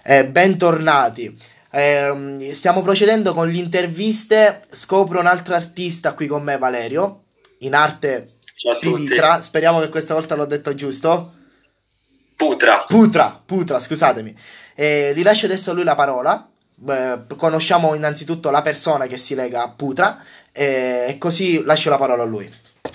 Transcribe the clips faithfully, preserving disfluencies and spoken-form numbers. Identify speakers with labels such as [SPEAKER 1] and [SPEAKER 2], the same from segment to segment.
[SPEAKER 1] Eh, bentornati. Ehm, stiamo procedendo con le interviste. Scopro un altro artista qui con me, Valerio, in arte
[SPEAKER 2] Ciao a tutti.
[SPEAKER 1] Pivitra. Speriamo che questa volta l'ho detto giusto.
[SPEAKER 2] Putra.
[SPEAKER 1] Putra, Putra, scusatemi. Eh, gli lascio adesso a lui la parola. Eh, conosciamo innanzitutto la persona che si lega a Putra, eh, e così lascio la parola a lui.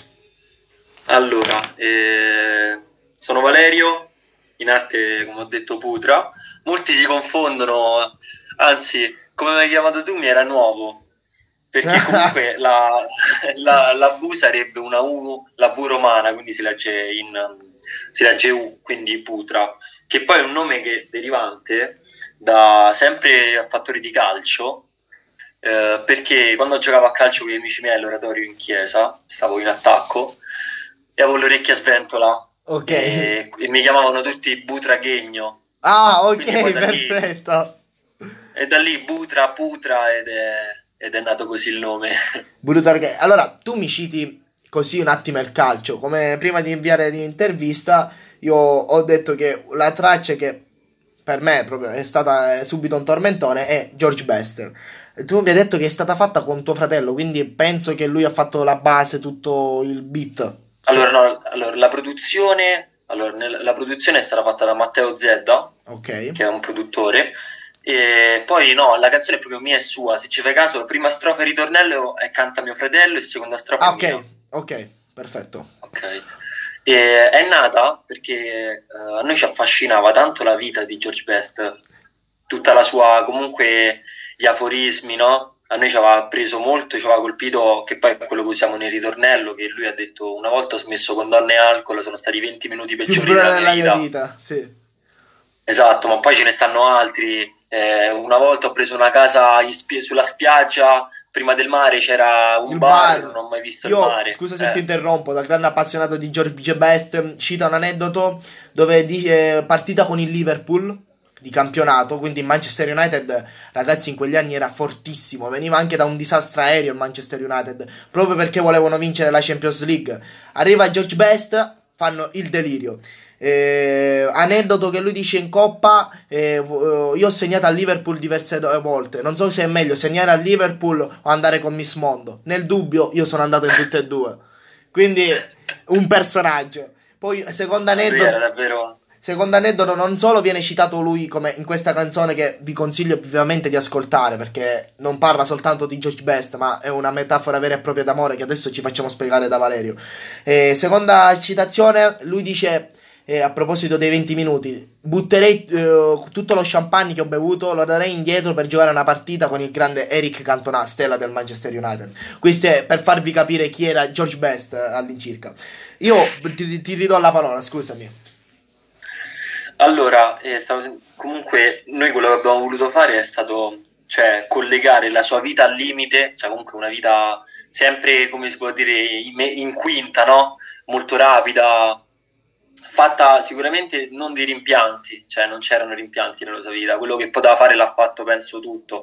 [SPEAKER 2] Allora, eh, sono Valerio, in arte come ho detto Putra. Molti si confondono, anzi, come mi hai chiamato tu mi era nuovo, perché comunque la, la, la V sarebbe una U, la V romana, quindi si legge, in, si legge U, quindi Putra, che poi è un nome che derivante da sempre a fattori di calcio. Eh, perché quando giocavo a calcio con gli amici miei all'oratorio in chiesa, stavo in attacco e avevo l'orecchia a sventola
[SPEAKER 1] Ok.
[SPEAKER 2] e, e mi chiamavano tutti Butraghegno.
[SPEAKER 1] Ah, ok,
[SPEAKER 2] Quindi poi da lì,
[SPEAKER 1] perfetto.
[SPEAKER 2] e da lì Butra, Putra ed è, ed è nato così il nome.
[SPEAKER 1] Brutal Game. Allora, tu mi citi così un attimo il calcio. Come prima di inviare l'intervista, io ho detto che la traccia che per me proprio è stata subito un tormentone è George Best. Tu mi hai detto che è stata fatta con tuo fratello, quindi penso che lui ha fatto la base, tutto il beat.
[SPEAKER 2] Allora, no, allora, la produzione, allora, nel- la produzione è stata fatta da Matteo Zedda,
[SPEAKER 1] Ok.
[SPEAKER 2] che è un produttore, e poi no, la canzone è proprio mia e sua. Se ci fai caso, la prima strofa e ritornello è canta mio fratello e seconda strofa
[SPEAKER 1] Ah,
[SPEAKER 2] è
[SPEAKER 1] ok,
[SPEAKER 2] mia.
[SPEAKER 1] ok, perfetto.
[SPEAKER 2] Ok. E è nata perché eh, a noi ci affascinava tanto la vita di George Best, tutta la sua, comunque, gli aforismi, no? A noi ci aveva preso molto, ci aveva colpito, che poi è quello che usiamo nel ritornello, che lui ha detto: una volta ho smesso con donne e alcol, sono stati venti minuti
[SPEAKER 1] Più
[SPEAKER 2] peggiori
[SPEAKER 1] buona
[SPEAKER 2] della mia
[SPEAKER 1] della mia
[SPEAKER 2] vita.
[SPEAKER 1] vita, sì.
[SPEAKER 2] Esatto, ma poi ce ne stanno altri. Eh, una volta ho preso una casa in spie- sulla spiaggia, prima del mare c'era un
[SPEAKER 1] Il
[SPEAKER 2] bar, non
[SPEAKER 1] bar.
[SPEAKER 2] ho mai visto il
[SPEAKER 1] Io,
[SPEAKER 2] mare.
[SPEAKER 1] scusa se ti
[SPEAKER 2] Eh,
[SPEAKER 1] interrompo, da grande appassionato di George Best, cito un aneddoto dove dice partita con il Liverpool di campionato, quindi il Manchester United, ragazzi, in quegli anni era fortissimo, veniva anche da un disastro aereo il Manchester United, proprio perché volevano vincere la Champions League. Arriva George Best, fanno il delirio. Eh, aneddoto che lui dice in coppa, eh, vo- io ho segnato a Liverpool diverse do- volte, non so se è meglio segnare a Liverpool o andare con Miss Mondo, nel dubbio io sono andato in tutte e due, quindi un personaggio. Poi secondo
[SPEAKER 2] no, lui era
[SPEAKER 1] aneddoto,
[SPEAKER 2] davvero.
[SPEAKER 1] secondo aneddoto non solo viene citato lui come in questa canzone che vi consiglio vivamente di ascoltare perché non parla soltanto di George Best ma è una metafora vera e propria d'amore che adesso ci facciamo spiegare da Valerio. Eh, seconda citazione, lui dice, eh, a proposito dei venti minuti, butterei eh, tutto lo champagne che ho bevuto, lo darei indietro per giocare una partita con il grande Eric Cantona, stella del Manchester United. Questo è per farvi capire chi era George Best, eh, all'incirca. Io ti, ti ridò la parola, scusami.
[SPEAKER 2] Allora, eh, stavo- comunque noi quello che abbiamo voluto fare è stato, cioè, collegare la sua vita al limite, cioè comunque una vita sempre, come si può dire, in, in quinta, no? Molto rapida, fatta sicuramente non di rimpianti, cioè non c'erano rimpianti nella sua vita, quello che poteva fare l'ha fatto, penso, tutto.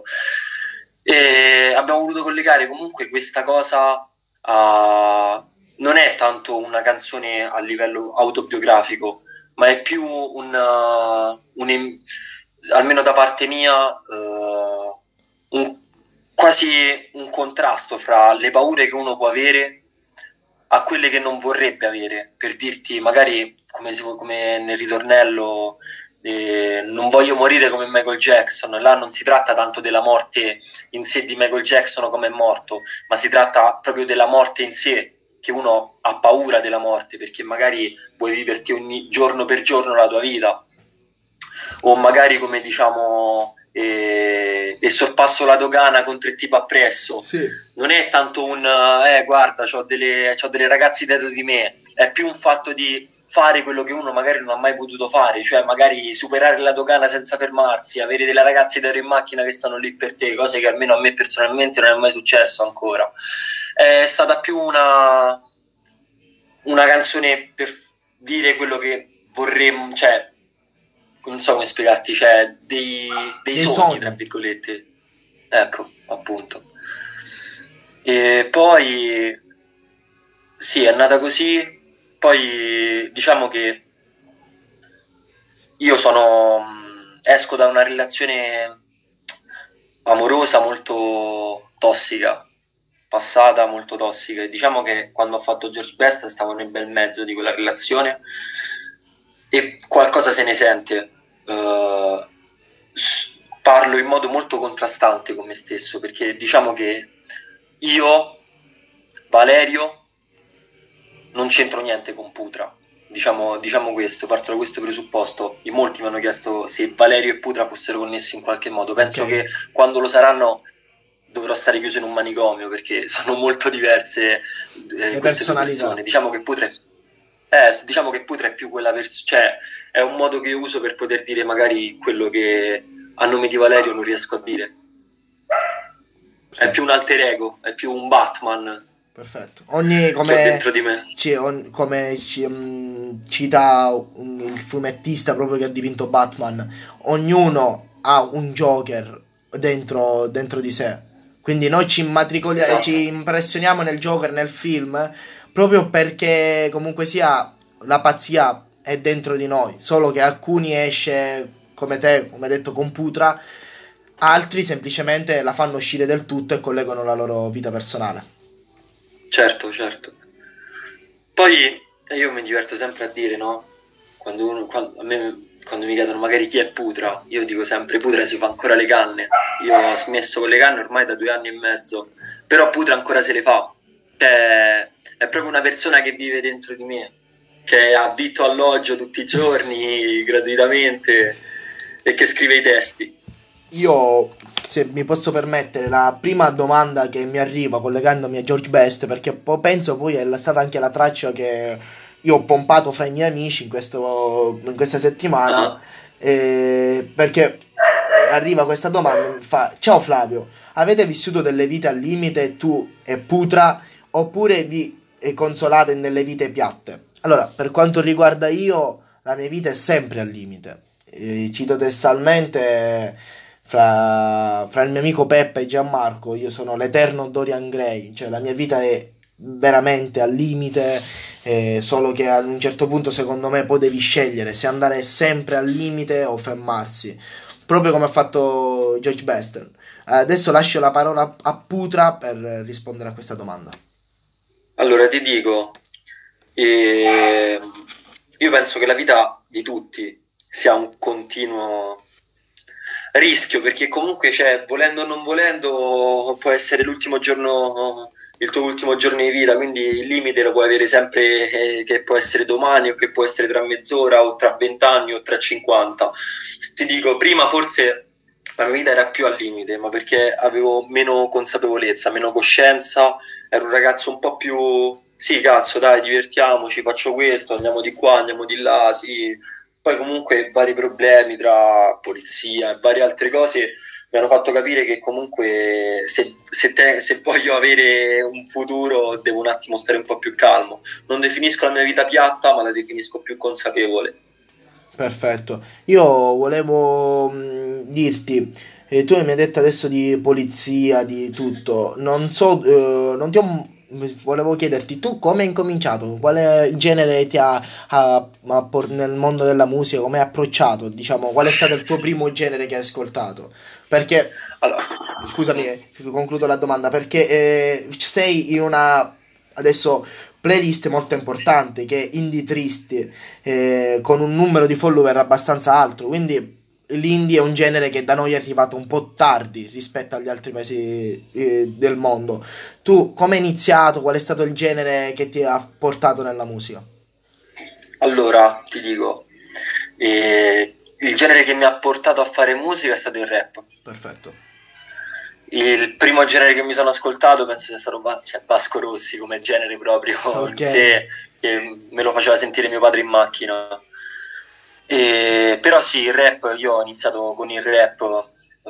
[SPEAKER 2] E abbiamo voluto collegare comunque questa cosa a... non è tanto una canzone a livello autobiografico, ma è più un, uh, un em- almeno da parte mia, uh, un, quasi un contrasto fra le paure che uno può avere a quelle che non vorrebbe avere. Per dirti, magari come, si- come nel ritornello, eh, non voglio morire come Michael Jackson. Là non si tratta tanto della morte in sé di Michael Jackson come è morto, ma si tratta proprio della morte in sé, che uno ha paura della morte perché magari vuoi viverti ogni giorno per giorno la tua vita, o magari come diciamo, eh, e sorpasso la dogana con tre tipi appresso.
[SPEAKER 1] Sì.
[SPEAKER 2] Non è tanto un eh guarda, c'ho delle, c'ho delle ragazze dietro di me, è più un fatto di fare quello che uno magari non ha mai potuto fare, cioè magari superare la dogana senza fermarsi, avere delle ragazze dietro in macchina che stanno lì per te, cose che almeno a me personalmente non è mai successo ancora. È stata più una, una canzone per dire quello che vorremmo, cioè, non so come spiegarti, cioè, dei, dei
[SPEAKER 1] Dei
[SPEAKER 2] sogni, tra
[SPEAKER 1] sogni.
[SPEAKER 2] virgolette. Ecco, appunto. E poi, sì, è nata così, poi diciamo che io sono, esco da una relazione amorosa molto tossica, passata molto tossica, e diciamo che quando ho fatto George Best stavo nel bel mezzo di quella relazione e qualcosa se ne sente. Uh, parlo in modo molto contrastante con me stesso, perché diciamo che io, Valerio, non c'entro niente con Putra. Diciamo, diciamo questo, parto da questo presupposto. In molti mi hanno chiesto se Valerio e Putra fossero connessi in qualche modo. Penso
[SPEAKER 1] Okay.
[SPEAKER 2] che quando lo saranno dovrò stare chiuso in un manicomio, perché sono molto diverse eh,
[SPEAKER 1] Le
[SPEAKER 2] queste due
[SPEAKER 1] personalità.
[SPEAKER 2] persone. Diciamo che Putra è, eh, diciamo che Putra è più quella persona, cioè è un modo che uso per poter dire magari quello che a nome di Valerio non riesco a dire.
[SPEAKER 1] Sì.
[SPEAKER 2] È più un alter ego, è più un Batman
[SPEAKER 1] Perfetto. Ogni
[SPEAKER 2] che ho
[SPEAKER 1] come
[SPEAKER 2] dentro di me.
[SPEAKER 1] ci- on- come ci- mm, cita un- il fumettista proprio che ha dipinto Batman, ognuno ha un Joker dentro, dentro di sé. Quindi noi ci immatricoliamo,
[SPEAKER 2] Esatto.
[SPEAKER 1] ci impressioniamo nel Joker nel film proprio perché comunque sia la pazzia è dentro di noi, solo che alcuni esce come te, come hai detto, con Putra, altri semplicemente la fanno uscire del tutto e collegano la loro vita personale.
[SPEAKER 2] Certo, certo. Poi io mi diverto sempre a dire, no? Quando, uno, quando, a me, quando mi chiedono magari chi è Putra, io dico sempre Putra si fa ancora le canne. Io ho smesso con le canne ormai da due anni e mezzo, però Putra ancora se le fa. Cioè, è proprio una persona che vive dentro di me, che ha vitto alloggio tutti i giorni gratuitamente e che scrive i testi.
[SPEAKER 1] Io, se mi posso permettere, la prima domanda che mi arriva collegandomi a George Best, perché po- penso poi è la- stata anche la traccia che io ho pompato fra i miei amici in, questo, in questa settimana,
[SPEAKER 2] Ah,
[SPEAKER 1] eh, perché arriva questa domanda, mi fa: ciao Flavio, avete vissuto delle vite al limite tu e Putra, oppure vi eh, consolate nelle vite piatte? Allora, per quanto riguarda io, la mia vita è sempre al limite. Eh, cito testualmente, fra, fra il mio amico Peppe e Gianmarco, io sono l'eterno Dorian Gray, cioè la mia vita è veramente al limite, eh, solo che ad un certo punto secondo me poi devi scegliere se andare sempre al limite o fermarsi, proprio come ha fatto George Best. Adesso lascio la parola a Putra per rispondere a questa domanda.
[SPEAKER 2] allora ti dico, eh, io penso che la vita di tutti sia un continuo rischio, perché comunque, cioè, volendo o non volendo, può essere l'ultimo giorno, il tuo ultimo giorno di vita, quindi il limite lo puoi avere sempre, eh, che può essere domani o che può essere tra mezz'ora o tra vent'anni o tra cinquanta. Ti dico, prima forse la mia vita era più al limite, ma perché avevo meno consapevolezza, meno coscienza, ero un ragazzo un po' più, sì, cazzo, dai, divertiamoci, faccio questo, andiamo di qua, andiamo di là, sì. Poi comunque vari problemi tra polizia e varie altre cose mi hanno fatto capire che comunque se, se, te, se voglio avere un futuro devo un attimo stare un po' più calmo. Non definisco la mia vita piatta, ma la definisco più consapevole.
[SPEAKER 1] Perfetto. Io volevo mh, dirti, eh, tu mi hai detto adesso di polizia, di tutto. Non so, eh, non ti ho, volevo chiederti, tu come hai incominciato? Quale genere ti ha, ha- ha por- nel mondo della musica, come hai approcciato? Diciamo, qual è stato il tuo primo genere che hai ascoltato? Perché,
[SPEAKER 2] Allora,
[SPEAKER 1] scusami, eh, concludo la domanda, perché eh, sei in una, adesso, playlist molto importante che è Indie Tristi, eh, con un numero di follower abbastanza alto, quindi l'indie è un genere che da noi è arrivato un po' tardi rispetto agli altri paesi eh, del mondo. Tu come hai iniziato? Qual è stato il genere che ti ha portato nella musica?
[SPEAKER 2] allora ti dico, eh, il genere che mi ha portato a fare musica è stato il rap.
[SPEAKER 1] Perfetto.
[SPEAKER 2] Il primo genere che mi sono ascoltato penso sia stato Ba- cioè, Vasco Rossi come genere proprio in
[SPEAKER 1] Ok.
[SPEAKER 2] sé, che me lo faceva sentire mio padre in macchina. E, però sì, il rap, io ho iniziato con il rap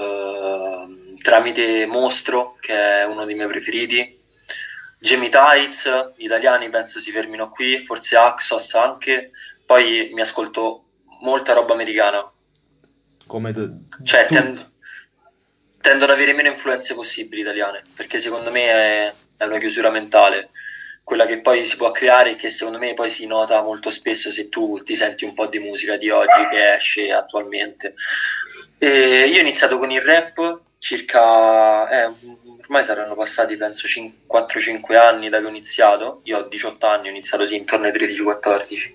[SPEAKER 2] eh, tramite Mostro, che è uno dei miei preferiti, Jamie Tights, gli italiani penso si fermino qui, forse Axos anche, poi mi ascolto molta roba americana,
[SPEAKER 1] Come t-
[SPEAKER 2] cioè
[SPEAKER 1] tutti.
[SPEAKER 2] ten- tendo ad avere meno influenze possibili italiane, perché secondo me è, è una chiusura mentale, quella che poi si può creare e che secondo me poi si nota molto spesso se tu ti senti un po' di musica di oggi che esce attualmente. E io ho iniziato con il rap circa, eh, ormai saranno passati penso quattro cinque anni da che ho iniziato. Io ho diciotto anni, ho iniziato sì, intorno ai tredici quattordici.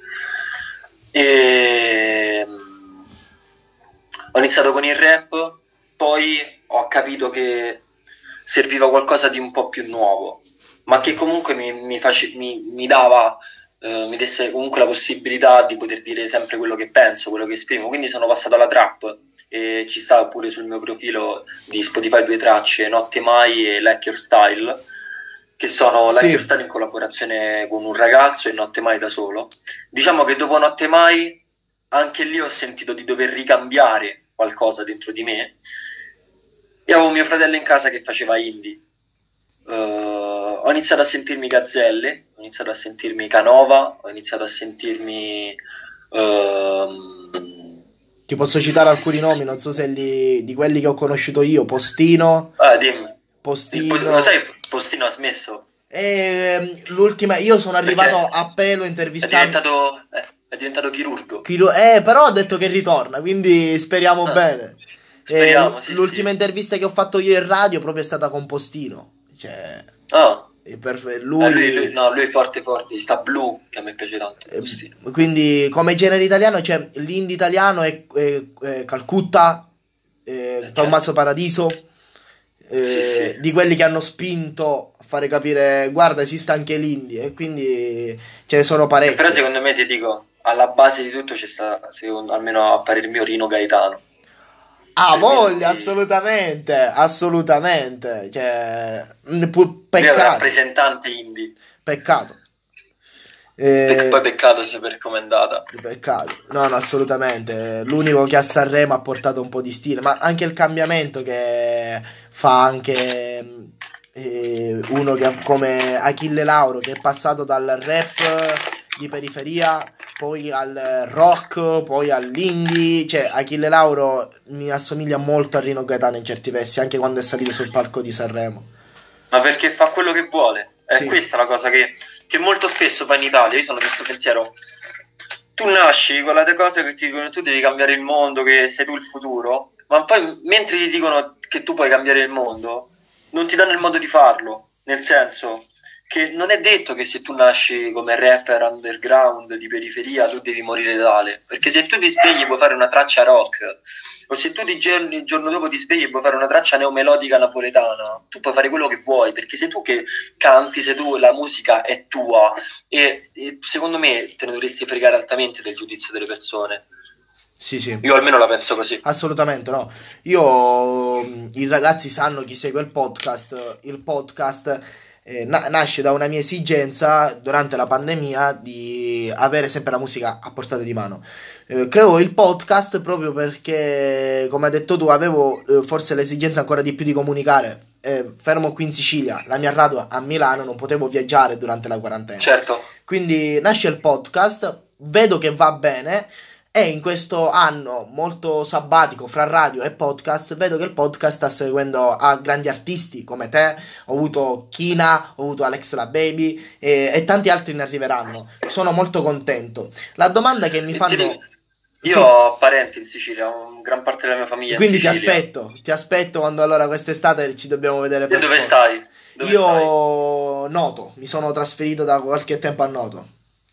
[SPEAKER 2] E mm, ho iniziato con il rap, poi ho capito che serviva qualcosa di un po' più nuovo, ma che comunque mi, mi, face- mi, mi dava, eh, mi desse comunque la possibilità di poter dire sempre quello che penso, quello che esprimo. Quindi sono passato alla trap e ci sta pure sul mio profilo di Spotify due tracce, Notte Mai e Like Your Style, che sono Like
[SPEAKER 1] Sì.
[SPEAKER 2] Your Style in collaborazione con un ragazzo e Notte Mai da solo. Diciamo che dopo Notte Mai anche lì ho sentito di dover ricambiare qualcosa dentro di me. Io avevo mio fratello in casa che faceva indie. Uh, ho iniziato a sentirmi Gazzelle, ho iniziato a sentirmi Canova, ho iniziato a sentirmi uh,
[SPEAKER 1] Ti posso citare alcuni nomi, non so se li, di quelli che ho conosciuto io, Postino.
[SPEAKER 2] ah, dimmi.
[SPEAKER 1] Postino.
[SPEAKER 2] Lo sai, Postino ha smesso.
[SPEAKER 1] E l'ultima, io sono arrivato
[SPEAKER 2] Perché
[SPEAKER 1] a pelo
[SPEAKER 2] è
[SPEAKER 1] intervistando.
[SPEAKER 2] diventato, eh, è diventato chirurgo.
[SPEAKER 1] Chiru- Eh, però ha detto che ritorna, quindi speriamo
[SPEAKER 2] Ah,
[SPEAKER 1] bene.
[SPEAKER 2] speriamo,
[SPEAKER 1] Eh,
[SPEAKER 2] sì,
[SPEAKER 1] l'ultima
[SPEAKER 2] sì.
[SPEAKER 1] intervista che ho fatto io in radio proprio è stata con Postino. Cioè,
[SPEAKER 2] Ah,
[SPEAKER 1] è perfe-
[SPEAKER 2] eh,
[SPEAKER 1] lui,
[SPEAKER 2] lui, lui- no, lui è forte forte, sta blu, che a me piace tanto,
[SPEAKER 1] eh,
[SPEAKER 2] Postino.
[SPEAKER 1] quindi come genere italiano c'è l'indie italiano è, è- è Calcutta, eh,
[SPEAKER 2] Eh,
[SPEAKER 1] Tommaso
[SPEAKER 2] certo.
[SPEAKER 1] Paradiso, eh,
[SPEAKER 2] Sì, sì.
[SPEAKER 1] di quelli che hanno spinto a fare capire guarda esiste anche l'indie e quindi ce ne sono
[SPEAKER 2] Che però
[SPEAKER 1] parecchi.
[SPEAKER 2] secondo me, ti dico, alla base di tutto c'è sta, secondo, almeno a parer mio, Rino Gaetano.
[SPEAKER 1] Ah,
[SPEAKER 2] Per me
[SPEAKER 1] voglia,
[SPEAKER 2] lui,
[SPEAKER 1] assolutamente, assolutamente. Cioè, mm, pu-
[SPEAKER 2] lui è un
[SPEAKER 1] peccato,
[SPEAKER 2] rappresentante indie.
[SPEAKER 1] peccato.
[SPEAKER 2] Pe- poi
[SPEAKER 1] Eh,
[SPEAKER 2] peccato sia per come è andata.
[SPEAKER 1] peccato. No, no, assolutamente. L'unico che a Sanremo ha portato un po' di stile, ma anche il cambiamento che fa anche eh, uno che, come Achille Lauro, che è passato dal rap di periferia, poi al rock, poi all'indie. Cioè, Achille Lauro mi assomiglia molto a Rino Gaetano in certi versi, anche quando è salito sul palco di Sanremo.
[SPEAKER 2] Ma perché fa quello che vuole. È
[SPEAKER 1] Sì,
[SPEAKER 2] questa la cosa che, che molto spesso fa in Italia. Io sono di questo pensiero. Tu nasci con le cose che ti dicono tu devi cambiare il mondo, che sei tu il futuro, ma poi mentre ti dicono che tu puoi cambiare il mondo, non ti danno il modo di farlo. Nel senso che non è detto che se tu nasci come rapper underground di periferia tu devi morire tale, perché se tu ti svegli e puoi fare una traccia rock, o se tu ti giorni, il giorno dopo ti svegli e puoi fare una traccia neomelodica napoletana, tu puoi fare quello che vuoi, perché sei tu che canti, sei tu, la musica è tua, e, e secondo me te ne dovresti fregare altamente del giudizio delle persone.
[SPEAKER 1] sì, sì.
[SPEAKER 2] Io almeno la penso così.
[SPEAKER 1] Assolutamente no. Io, mh, i ragazzi sanno, chi segue il podcast, il podcast eh, na- nasce da una mia esigenza durante la pandemia di avere sempre la musica a portata di mano. Eh, creo il podcast proprio perché, come hai detto tu, avevo eh, forse l'esigenza ancora di più di comunicare. Eh, fermo qui in Sicilia, la mia radio a Milano, non potevo viaggiare durante la quarantena.
[SPEAKER 2] Certo.
[SPEAKER 1] Quindi nasce il podcast, vedo che va bene. E in questo anno molto sabbatico fra radio e podcast, vedo che il podcast sta seguendo a grandi artisti come te. Ho avuto Kina, ho avuto Alex la Baby e, e tanti altri ne arriveranno. Sono molto contento. La domanda che mi
[SPEAKER 2] E ti
[SPEAKER 1] fanno...
[SPEAKER 2] dico, io
[SPEAKER 1] Sì,
[SPEAKER 2] ho parenti in Sicilia, ho gran parte della mia famiglia in
[SPEAKER 1] quindi ti
[SPEAKER 2] Sicilia.
[SPEAKER 1] aspetto, ti aspetto quando allora quest'estate ci dobbiamo vedere
[SPEAKER 2] E
[SPEAKER 1] per
[SPEAKER 2] dove
[SPEAKER 1] forza.
[SPEAKER 2] stai? Dove
[SPEAKER 1] Io
[SPEAKER 2] stai?
[SPEAKER 1] Noto, mi sono trasferito da qualche tempo a Noto.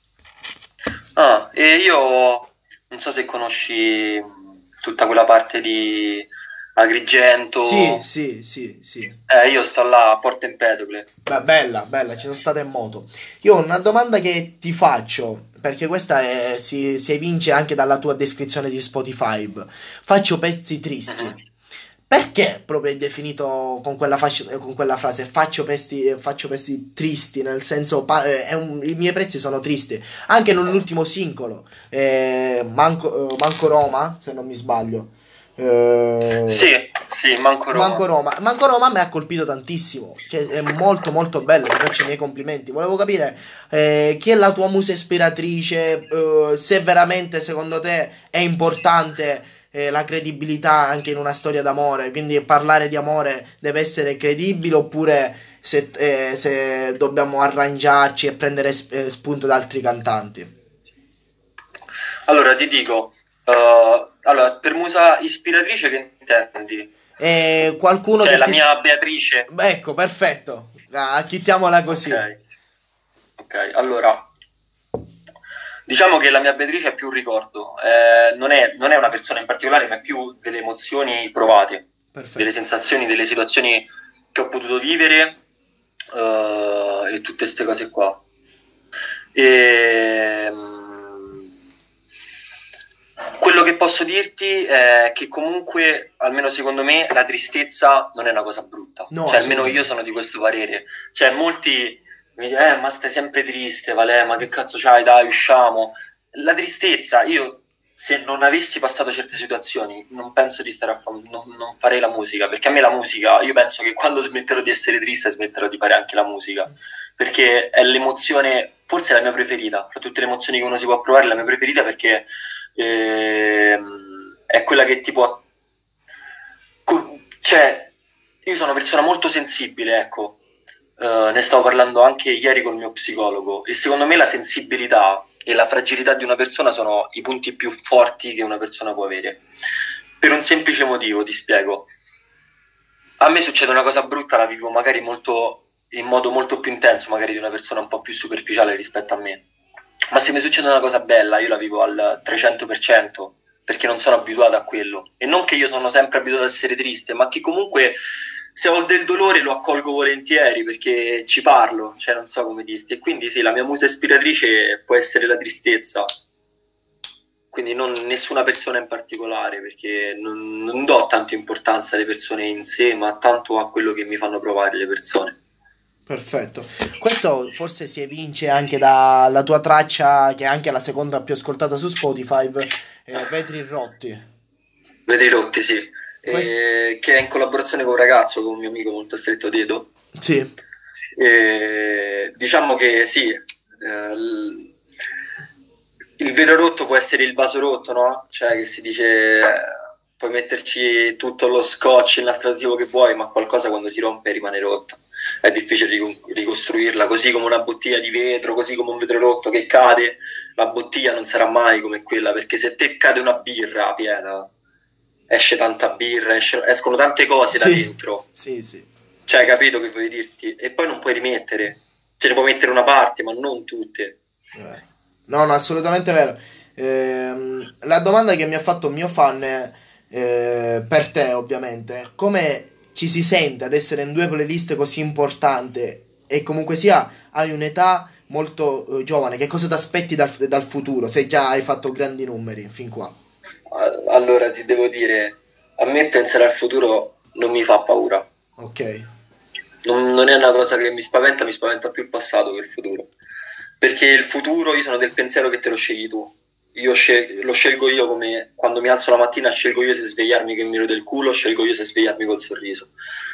[SPEAKER 2] Ah, e io non so se conosci tutta quella parte di Agrigento.
[SPEAKER 1] Sì, sì, sì, sì.
[SPEAKER 2] Eh, io sto là a Porto Empedocle.
[SPEAKER 1] Beh, bella, bella, ci sono stata in moto. Io ho una domanda che ti faccio, perché questa è- si, si evince anche dalla tua descrizione di Spotify. Faccio pezzi tristi.
[SPEAKER 2] Mhm.
[SPEAKER 1] Perché proprio hai definito con quella, fascia- con quella frase faccio pezzi, faccio pezzi tristi? Nel senso, pa- eh, è un- i miei pezzi sono tristi. Anche nell'ultimo singolo, eh, Manco, eh, Manco Roma, se non mi sbaglio. Eh,
[SPEAKER 2] Sì, sì, Manco Roma.
[SPEAKER 1] Manco Roma. Manco Roma mi ha colpito tantissimo. Cioè, è molto molto bello. Ti faccio i miei complimenti. Volevo capire eh, chi è la tua musa ispiratrice. eh, se veramente secondo te è importante eh, la credibilità anche in una storia d'amore. Quindi parlare di amore deve essere credibile. Oppure se, eh, se dobbiamo arrangiarci e prendere sp- eh, spunto da altri cantanti.
[SPEAKER 2] Allora ti dico, eh, allora, per musa ispiratrice che intendi?
[SPEAKER 1] E qualcuno
[SPEAKER 2] Cioè
[SPEAKER 1] che
[SPEAKER 2] la
[SPEAKER 1] ti...
[SPEAKER 2] mia Beatrice?
[SPEAKER 1] Ecco, perfetto. Ah, chittiamola così.
[SPEAKER 2] Ok, ok, allora, diciamo che la mia Beatrice è più un ricordo, eh, non è, non è una persona in particolare, ma è più delle emozioni provate, delle
[SPEAKER 1] Perfetto.
[SPEAKER 2] sensazioni, delle situazioni che ho potuto vivere, eh, e tutte queste cose qua. E, mm, quello che posso dirti è che comunque, almeno secondo me, la tristezza non è una cosa brutta.
[SPEAKER 1] No,
[SPEAKER 2] Cioè, almeno io
[SPEAKER 1] assolutamente.
[SPEAKER 2] sono di questo parere. Cioè, molti mi dicono, eh, ma stai sempre triste, Valè, ma che cazzo c'hai, dai, usciamo. La tristezza, io se non avessi passato certe situazioni, non penso di stare a fare, non, non farei la musica, perché a me la musica, io penso che quando smetterò di essere triste, smetterò di fare anche la musica, perché è l'emozione, forse è la mia preferita, fra tutte le emozioni che uno si può provare, è la mia preferita perché ehm, è quella che ti può, co- cioè, io sono una persona molto sensibile, ecco. Uh, ne stavo parlando anche ieri col mio psicologo e secondo me la sensibilità e la fragilità di una persona sono i punti più forti che una persona può avere. Per un semplice motivo, ti spiego. A me succede una cosa brutta, la vivo magari molto, in modo molto più intenso, magari di una persona un po' più superficiale rispetto a me. Ma se mi succede una cosa bella, io la vivo al trecento per cento perché non sono abituato a quello. E non che io sono sempre abituato ad essere triste, ma che comunque se ho del dolore lo accolgo volentieri perché ci parlo, cioè non so come dirti. E quindi sì, la mia musa ispiratrice può essere la tristezza. Quindi non nessuna persona in particolare, perché non, non do tanto importanza alle persone in sé, ma tanto a quello che mi fanno provare le persone.
[SPEAKER 1] Perfetto. Questo forse si evince anche dalla tua traccia, che è anche la seconda più ascoltata su Spotify, eh, Vetri Rotti.
[SPEAKER 2] Vetri rotti, sì.
[SPEAKER 1] Quest-
[SPEAKER 2] E, che è in collaborazione con un ragazzo, con un mio amico molto stretto, Dedo.
[SPEAKER 1] sì,
[SPEAKER 2] E, diciamo che sì, eh, l- il vetro rotto può essere il vaso rotto, no? Cioè che si dice, eh, puoi metterci tutto lo scotch, il nastro che vuoi, ma qualcosa quando si rompe rimane rotto. È difficile ricon- ricostruirla, così come una bottiglia di vetro, così come un vetro rotto che cade, la bottiglia non sarà mai come quella, perché se te cade una birra piena, esce tanta birra, esce- escono tante cose da
[SPEAKER 1] sì,
[SPEAKER 2] dentro.
[SPEAKER 1] sì, sì.
[SPEAKER 2] Cioè, capito che vuoi dirti? E poi non puoi rimettere. Ce ne puoi mettere una parte, ma non tutte.
[SPEAKER 1] Eh. No, no, assolutamente vero. Ehm, la domanda che mi ha fatto un mio fan, eh, per te, ovviamente, come ci si sente ad essere in due playlist così importanti e comunque sia hai un'età molto eh, giovane, che cosa ti aspetti dal, dal futuro, se già hai fatto grandi numeri fin qua?
[SPEAKER 2] Allora, ti devo dire, a me pensare al futuro non mi fa paura.
[SPEAKER 1] Ok,
[SPEAKER 2] Non, non è una cosa che mi spaventa, mi spaventa più il passato che il futuro. Perché il futuro, io sono del pensiero che te lo scegli tu. Io scel- lo scelgo io come quando mi alzo la mattina, scelgo io se svegliarmi che mi rode il culo, scelgo io se svegliarmi col sorriso.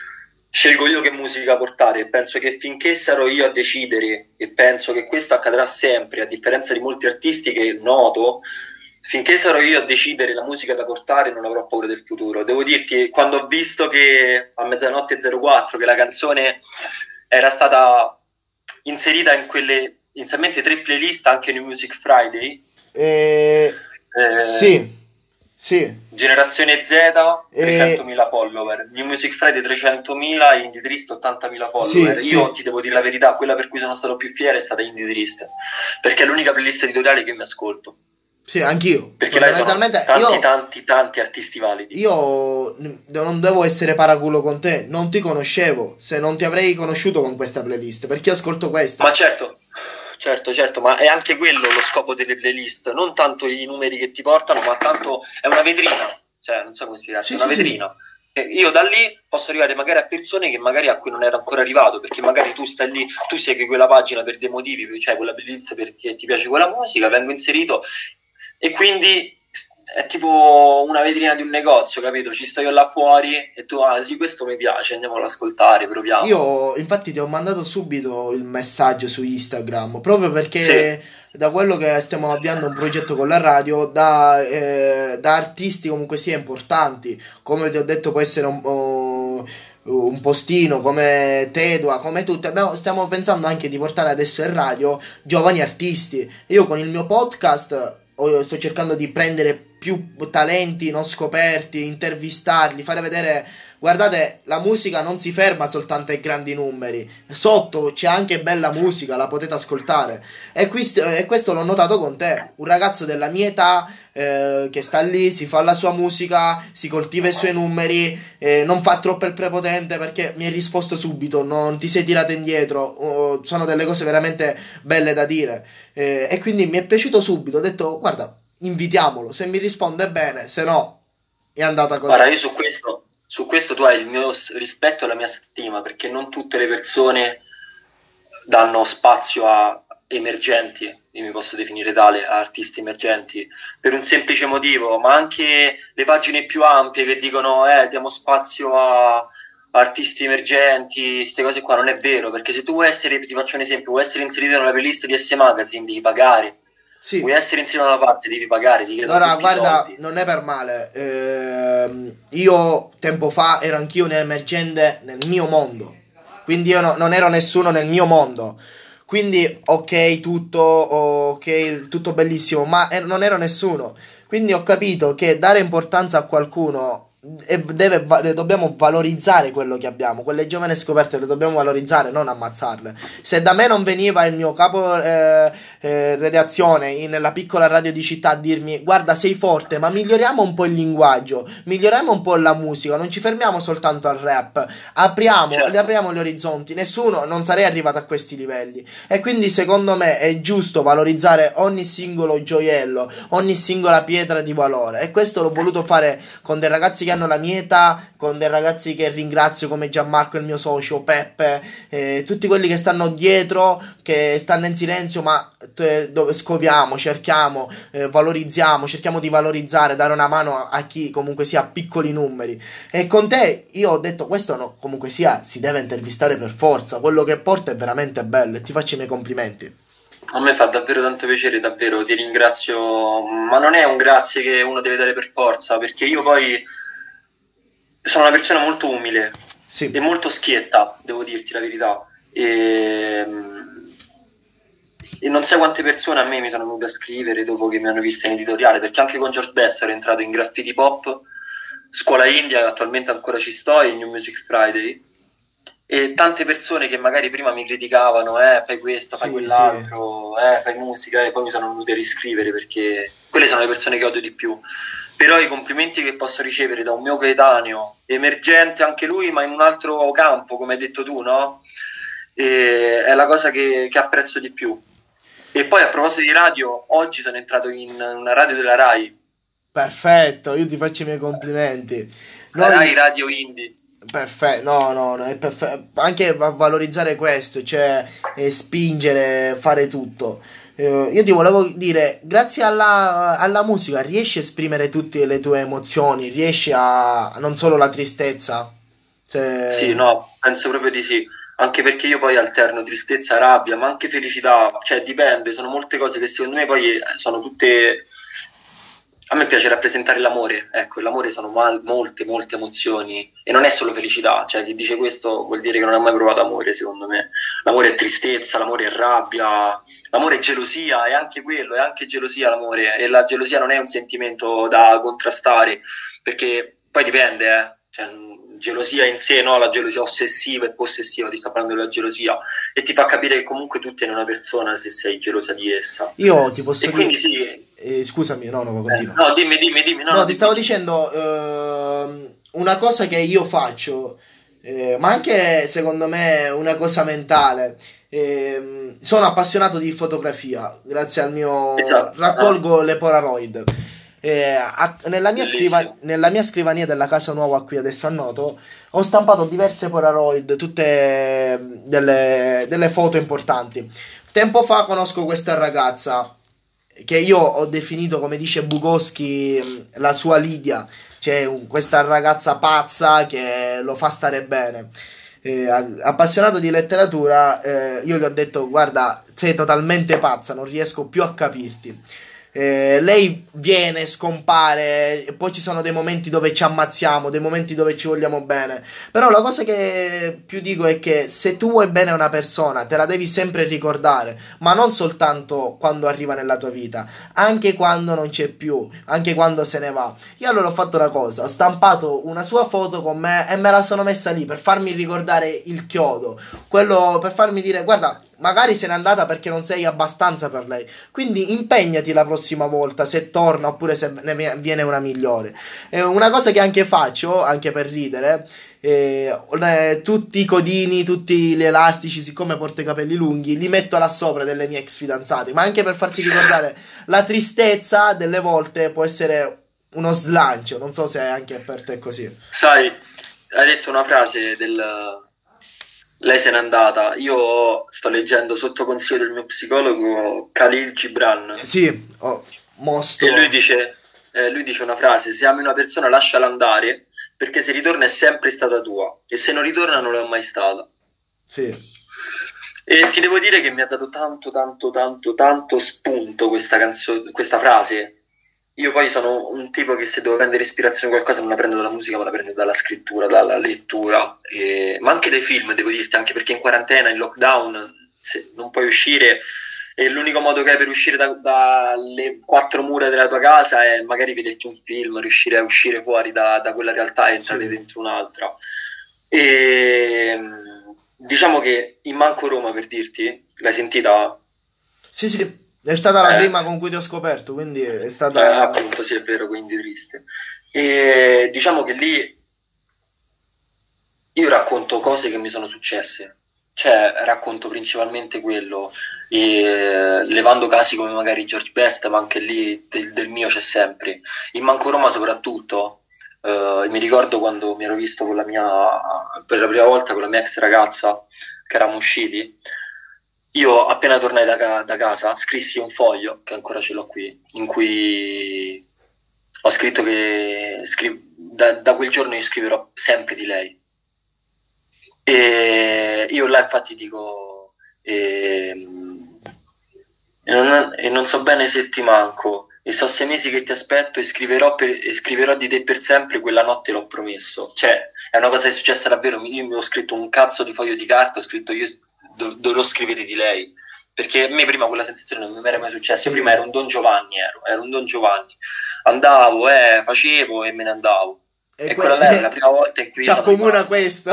[SPEAKER 2] Scelgo io che musica portare. Penso che finché sarò io a decidere, e penso che questo accadrà sempre, a differenza di molti artisti che noto, finché sarò io a decidere la musica da portare non avrò paura del futuro. Devo dirti, quando ho visto che a mezzanotte e zero quattro che la canzone era stata inserita in quelle inizialmente tre playlist anche New Music Friday,
[SPEAKER 1] eh,
[SPEAKER 2] eh,
[SPEAKER 1] sì, sì.
[SPEAKER 2] Generazione Z
[SPEAKER 1] Eh,
[SPEAKER 2] trecentomila follower, New Music Friday trecentomila, Indie Trist ottantamila
[SPEAKER 1] sì,
[SPEAKER 2] follower. Io
[SPEAKER 1] sì,
[SPEAKER 2] ti devo dire la verità, quella per cui sono stato più fiero è stata Indie Trist, perché è l'unica playlist editoriale che mi ascolto.
[SPEAKER 1] sì, anch'io.
[SPEAKER 2] Perché là ci sono
[SPEAKER 1] Fondamentalmente
[SPEAKER 2] tanti
[SPEAKER 1] io
[SPEAKER 2] tanti tanti artisti validi.
[SPEAKER 1] Io n- non devo essere paraculo con te, non ti conoscevo, se non ti avrei conosciuto con questa playlist, perché ascolto
[SPEAKER 2] Ma
[SPEAKER 1] questa.
[SPEAKER 2] certo, certo, certo, ma è anche quello lo scopo delle playlist, non tanto i numeri che ti portano, ma tanto è una vetrina, cioè non so come spiegarti, è
[SPEAKER 1] Sì,
[SPEAKER 2] una
[SPEAKER 1] sì, sì,
[SPEAKER 2] vetrina. E io da lì posso arrivare magari a persone che magari a cui non ero ancora arrivato, perché magari tu stai lì, tu segui quella pagina per dei motivi, cioè quella playlist perché ti piace quella musica, vengo inserito e quindi è tipo una vetrina di un negozio, capito? Ci sto io là fuori e tu, ah sì, questo mi piace, andiamo ad ascoltare, proviamo.
[SPEAKER 1] io infatti ti ho mandato subito il messaggio su Instagram, proprio
[SPEAKER 2] Sì,
[SPEAKER 1] perché da quello che stiamo avviando un progetto con la radio, da, eh, da artisti comunque sia importanti, come ti ho detto può essere un, oh, un postino, come Tedua, come tutti, abbiamo- stiamo pensando anche di portare adesso in radio giovani artisti. Io con il mio podcast oh, sto cercando di prendere più talenti non scoperti, intervistarli, fare vedere, guardate, la musica non si ferma soltanto ai grandi numeri, sotto c'è anche bella musica, la potete ascoltare. E questo, e questo l'ho notato con te, un ragazzo della mia età eh, che sta lì, si fa la sua musica, si coltiva i suoi numeri, eh, non fa troppo il prepotente, perché mi hai risposto subito, non ti sei tirato indietro, oh, sono delle cose veramente belle da dire, eh, e quindi mi è piaciuto subito, ho detto guarda, invitiamolo, se mi risponde bene, se no è andata così.
[SPEAKER 2] Guarda, io su questo, su questo tu hai il mio rispetto e la mia stima, perché non tutte le persone danno spazio a emergenti, io mi posso definire tale, a artisti emergenti, per un semplice motivo, ma anche le pagine più ampie che dicono eh, diamo spazio a, a artisti emergenti, queste cose qua, non è vero, perché se tu vuoi essere, ti faccio un esempio, vuoi essere inserito nella playlist di S Magazine, devi pagare.
[SPEAKER 1] Sì.
[SPEAKER 2] Vuoi essere inserito da una parte, devi pagare, ti chiedono
[SPEAKER 1] Allora,
[SPEAKER 2] tutti i
[SPEAKER 1] guarda,
[SPEAKER 2] soldi.
[SPEAKER 1] non è per male. Ehm, io tempo fa ero anch'io un emergente nel mio mondo. Quindi io no- non ero nessuno nel mio mondo. Quindi, ok, tutto, ok, tutto bellissimo, ma er- non ero nessuno. Quindi ho capito che dare importanza a qualcuno e deve, va- dobbiamo valorizzare quello che abbiamo. Quelle giovani scoperte le dobbiamo valorizzare, non ammazzarle. Se da me non veniva il mio capo eh, eh, redazione in- nella piccola radio di città a dirmi guarda sei forte, ma miglioriamo un po' il linguaggio, miglioriamo un po' la musica, non ci fermiamo soltanto al rap, apriamo,
[SPEAKER 2] Certo.
[SPEAKER 1] apriamo gli orizzonti, nessuno, non sarei arrivato a questi livelli. E quindi secondo me è giusto valorizzare ogni singolo gioiello, ogni singola pietra di valore, e questo l'ho voluto fare con dei ragazzi che hanno la mia età, con dei ragazzi che ringrazio come Gianmarco, il mio socio, Peppe, eh, tutti quelli che stanno dietro, che stanno in silenzio, ma eh, dove scoviamo, cerchiamo, eh, valorizziamo, cerchiamo di valorizzare, dare una mano a, a chi comunque sia ha piccoli numeri. E con te io ho detto questo no, comunque sia si deve intervistare per forza, quello che porta è veramente bello e ti faccio i miei complimenti.
[SPEAKER 2] A me fa davvero tanto piacere, davvero, ti ringrazio, ma non è un grazie che uno deve dare per forza, perché io poi sono una persona molto umile
[SPEAKER 1] Sì.
[SPEAKER 2] e molto schietta, devo dirti la verità, e, e non sai quante persone a me mi sono venute a scrivere dopo che mi hanno visto in editoriale, perché anche con George Best ero entrato in Graffiti Pop, Scuola India, attualmente ancora ci sto, e New Music Friday, e tante persone che magari prima mi criticavano, eh fai questo, fai
[SPEAKER 1] Sì,
[SPEAKER 2] quell'altro, eh fai musica, e poi mi sono venute a riscrivere, perché quelle sono le persone che odio di più. Però i complimenti che posso ricevere da un mio coetaneo, emergente anche lui, ma in un altro campo, come hai detto tu, no? E è la cosa che, che apprezzo di più. E poi a proposito di radio, oggi sono entrato in una radio della Rai,
[SPEAKER 1] Perfetto, io ti faccio i miei complimenti.
[SPEAKER 2] la
[SPEAKER 1] Noi-
[SPEAKER 2] Rai Radio Indie.
[SPEAKER 1] Perfetto, no, no, no, è perfetto. Anche va- valorizzare questo, cioè eh, spingere, fare tutto. Eh, io ti volevo dire, grazie alla, alla musica riesci a esprimere tutte le tue emozioni, riesci a non solo la tristezza. Se-
[SPEAKER 2] Sì, no, penso proprio di sì, anche perché io poi alterno tristezza, rabbia, ma anche felicità, cioè dipende, sono molte cose che secondo me poi eh, sono tutte... A me piace rappresentare l'amore, ecco, l'amore sono mal- molte, molte emozioni, e non è solo felicità, cioè chi dice questo vuol dire che non ha mai provato amore, secondo me. L'amore è tristezza, l'amore è rabbia, l'amore è gelosia, è anche quello, è anche gelosia l'amore, e la gelosia non è un sentimento da contrastare, perché poi dipende, eh, cioè, gelosia in sé, no, la gelosia ossessiva e possessiva, ti sto parlando della gelosia, e ti fa capire che comunque tu tieni una persona se sei gelosa di essa.
[SPEAKER 1] Io ti posso
[SPEAKER 2] E quindi
[SPEAKER 1] dire,
[SPEAKER 2] sì,
[SPEAKER 1] eh, scusami, no, no,
[SPEAKER 2] eh,
[SPEAKER 1] continua.
[SPEAKER 2] no, dimmi, dimmi, dimmi, no,
[SPEAKER 1] No,
[SPEAKER 2] no,
[SPEAKER 1] ti
[SPEAKER 2] dimmi,
[SPEAKER 1] stavo
[SPEAKER 2] dimmi.
[SPEAKER 1] dicendo ehm, una cosa che io faccio, eh, ma anche secondo me una cosa mentale. Ehm, sono appassionato di fotografia, grazie al mio
[SPEAKER 2] Esatto,
[SPEAKER 1] raccolgo le Polaroid. Eh, a- nella mia scriva-
[SPEAKER 2] bellissimo.
[SPEAKER 1] nella mia scrivania della casa nuova qui adesso a Noto ho stampato diverse Polaroid, tutte mm, delle, delle foto importanti. Tempo fa conosco questa ragazza che io ho definito, come dice Bukowski, mh, la sua Lidia, cioè un- questa ragazza pazza che lo fa stare bene. Eh, a- appassionato di letteratura, eh, io gli ho detto: guarda, sei totalmente pazza, non riesco più a capirti. Eh, lei viene, scompare, e poi ci sono dei momenti dove ci ammazziamo, dei momenti dove ci vogliamo bene. Però la cosa che più dico è che se tu vuoi bene a una persona, te la devi sempre ricordare, ma non soltanto quando arriva nella tua vita, anche quando non c'è più, anche quando se ne va. Io allora ho fatto una cosa, ho stampato una sua foto con me e me la sono messa lì per farmi ricordare il chiodo, quello per farmi dire, guarda, magari se n'è andata perché non sei abbastanza per lei, quindi impegnati la prossima volta se torna oppure se ne viene una migliore. È una cosa che anche faccio, anche per ridere, eh, eh, tutti i codini, tutti gli elastici, siccome porto i capelli lunghi, li metto là sopra delle mie ex fidanzate, ma anche per farti ricordare la tristezza delle volte può essere uno slancio. Non so se anche per te è così.
[SPEAKER 2] Sai, hai detto una frase del lei se n'è andata. Io sto leggendo sotto consiglio del mio psicologo Khalil Gibran.
[SPEAKER 1] Sì, oh, mostro.
[SPEAKER 2] E lui dice, eh, lui dice una frase: se ami una persona lasciala andare, perché se ritorna è sempre stata tua, e se non ritorna non lo è mai stata.
[SPEAKER 1] Sì.
[SPEAKER 2] E ti devo dire che mi ha dato tanto tanto tanto tanto spunto questa canzone, questa frase. Io poi sono un tipo che se devo prendere ispirazione da qualcosa non la prendo dalla musica, ma la prendo dalla scrittura, dalla lettura, e... ma anche dai film, devo dirti, anche perché in quarantena, in lockdown, se non puoi uscire e l'unico modo che hai per uscire da, dalle quattro mura della tua casa è magari vederti un film, riuscire a uscire fuori da, da quella realtà e entrare sì. dentro un'altra. E diciamo che in Manco Roma, per dirti, l'hai sentita?
[SPEAKER 1] Sì, sì. È stata la
[SPEAKER 2] eh,
[SPEAKER 1] prima con cui ti ho scoperto, quindi è stata...
[SPEAKER 2] Eh, appunto, sì, è vero, quindi triste. E diciamo che lì io racconto cose che mi sono successe, cioè racconto principalmente quello, e, levando casi come magari George Best, ma anche lì del, del mio c'è sempre. In Manco Roma soprattutto, eh, mi ricordo quando mi ero visto con la mia, per la prima volta con la mia ex ragazza, che eravamo usciti. Io appena tornai da, ca- da casa scrissi un foglio, che ancora ce l'ho qui, in cui ho scritto che scri- da, da quel giorno io scriverò sempre di lei. E io là infatti dico, e, e, non, e non so bene se ti manco, e so sei mesi che ti aspetto, e scriverò, per, e scriverò di te per sempre, quella notte l'ho promesso. Cioè, è una cosa che è successa davvero. Io mi ho scritto un cazzo di foglio di carta, ho scritto io... dovrò scrivere di lei, perché a me prima quella sensazione non mi era mai successa. Io prima ero un Don Giovanni, ero, ero un Don Giovanni, andavo, eh, facevo e me ne andavo, e, e quella que- era la prima volta in cui
[SPEAKER 1] ci accomuna questo.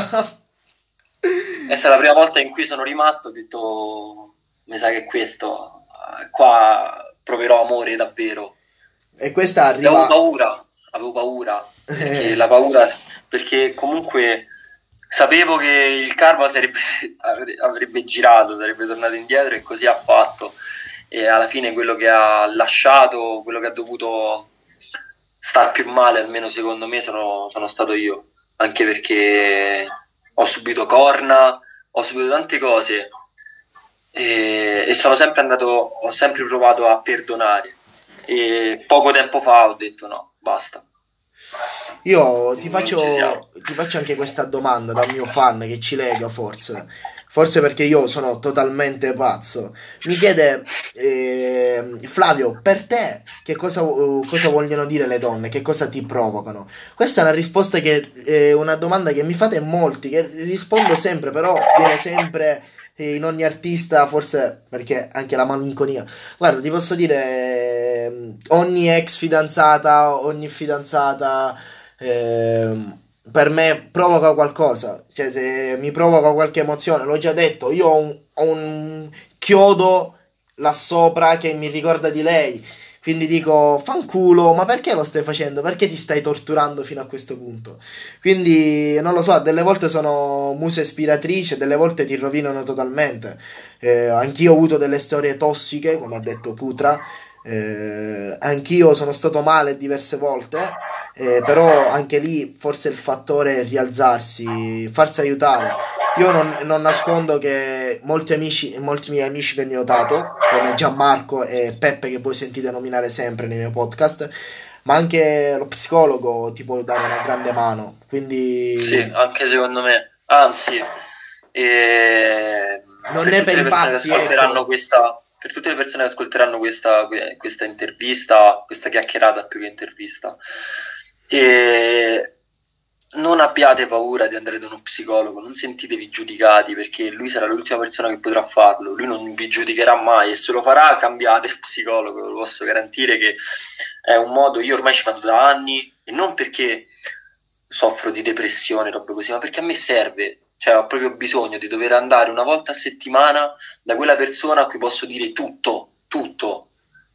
[SPEAKER 2] È stata la prima volta in cui sono rimasto, ho detto mi sa che questo qua proverò amore davvero,
[SPEAKER 1] e questa arriva...
[SPEAKER 2] avevo paura avevo paura perché la paura perché comunque sapevo che il karma sarebbe, avrebbe girato, sarebbe tornato indietro, e così ha fatto. E alla fine quello che ha lasciato, quello che ha dovuto star più male, almeno secondo me, sono, sono stato io. Anche perché ho subito corna, ho subito tante cose, e, e sono sempre andato, ho sempre provato a perdonare. E poco tempo fa ho detto no, basta.
[SPEAKER 1] Io ti faccio, ti faccio anche questa domanda da un mio fan che ci lega, forse forse perché io sono totalmente pazzo. Mi chiede eh, Flavio, per te che cosa, cosa vogliono dire le donne, che cosa ti provocano? Questa è una risposta che è una domanda che mi fate molti, che rispondo sempre, però viene sempre in ogni artista, forse perché anche la malinconia. Guarda, ti posso dire, ogni ex fidanzata, ogni fidanzata eh, per me provoca qualcosa. Cioè, se mi provoca qualche emozione, l'ho già detto, io ho un, ho un chiodo là sopra che mi ricorda di lei. Quindi dico, fanculo, ma perché lo stai facendo? Perché ti stai torturando fino a questo punto? Quindi, non lo so, delle volte sono muse ispiratrici, delle volte ti rovinano totalmente. Eh, anch'io ho avuto delle storie tossiche, come ha detto Putra, eh, anch'io sono stato male diverse volte, eh, però anche lì forse il fattore è rialzarsi, farsi aiutare. Io non, non nascondo che molti amici, molti miei amici che mi ho notato, come Gianmarco e Peppe, che voi sentite nominare sempre nei miei podcast, ma anche lo psicologo ti può dare una grande mano. Quindi
[SPEAKER 2] sì, anche secondo me, anzi, eh,
[SPEAKER 1] non
[SPEAKER 2] per
[SPEAKER 1] è
[SPEAKER 2] tutte
[SPEAKER 1] per
[SPEAKER 2] le
[SPEAKER 1] i
[SPEAKER 2] persone
[SPEAKER 1] pazzi,
[SPEAKER 2] che ascolteranno
[SPEAKER 1] ecco.
[SPEAKER 2] questa, per tutte le persone che ascolteranno questa, questa intervista, questa chiacchierata più che intervista, e non abbiate paura di andare da uno psicologo, non sentitevi giudicati, perché lui sarà l'ultima persona che potrà farlo, lui non vi giudicherà mai, e se lo farà cambiate il psicologo, ve lo posso garantire che è un modo. Io ormai ci vado da anni, e non perché soffro di depressione, robe così, ma perché a me serve. Cioè, ho proprio bisogno di dover andare una volta a settimana da quella persona a cui posso dire tutto, tutto.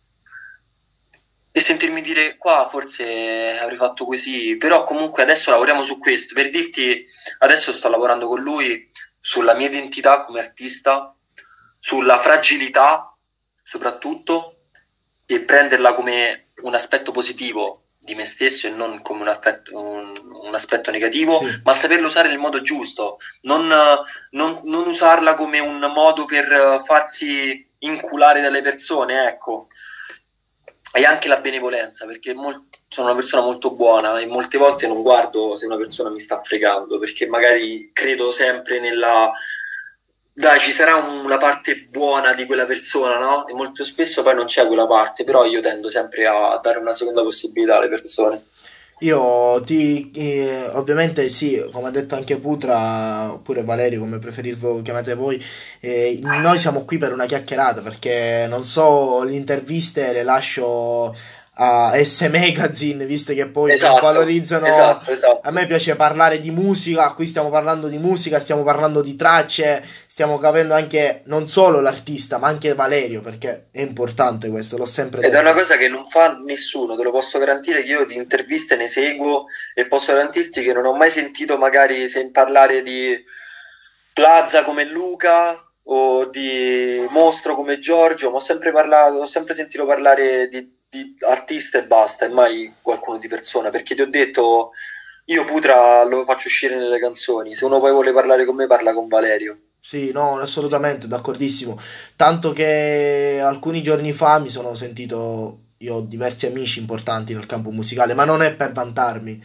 [SPEAKER 2] E sentirmi dire, qua forse avrei fatto così, però comunque adesso lavoriamo su questo. Per dirti, adesso sto lavorando con lui sulla mia identità come artista, sulla fragilità soprattutto, e prenderla come un aspetto positivo di me stesso e non come un aspetto, un, un aspetto negativo,
[SPEAKER 1] Sì.
[SPEAKER 2] ma saperlo usare nel modo giusto, non, non, non usarla come un modo per farsi inculare dalle persone, ecco. E anche la benevolenza, perché mol- sono una persona molto buona e molte volte non guardo se una persona mi sta fregando, perché magari credo sempre nella... dai, ci sarà una parte buona di quella persona, no? E molto spesso poi non c'è quella parte, però io tendo sempre a dare una seconda possibilità alle persone.
[SPEAKER 1] Io ti, eh, ovviamente sì, come ha detto anche Putra, oppure Valerio, come preferirvo chiamate voi, eh, noi siamo qui per una chiacchierata, perché non so, le interviste le lascio a S Magazine, visto che poi non
[SPEAKER 2] Esatto,
[SPEAKER 1] valorizzano.
[SPEAKER 2] esatto,
[SPEAKER 1] A
[SPEAKER 2] esatto.
[SPEAKER 1] me piace parlare di musica, qui stiamo parlando di musica, stiamo parlando di tracce, stiamo capendo anche non solo l'artista, ma anche Valerio, perché è importante questo, l'ho sempre
[SPEAKER 2] Ed è una
[SPEAKER 1] detto.
[SPEAKER 2] cosa che non fa nessuno, te lo posso garantire, che io di interviste ne seguo e posso garantirti che non ho mai sentito magari se parlare di Plaza come Luca o di Mostro come Giorgio, ma ho sempre parlato, ho sempre sentito parlare di, di artista e basta, e mai qualcuno di persona, perché ti ho detto, io Putra lo faccio uscire nelle canzoni, se uno poi vuole parlare con me parla con Valerio.
[SPEAKER 1] Sì, no, assolutamente, d'accordissimo. Tanto che alcuni giorni fa mi sono sentito, io ho diversi amici importanti nel campo musicale, ma non è per vantarmi.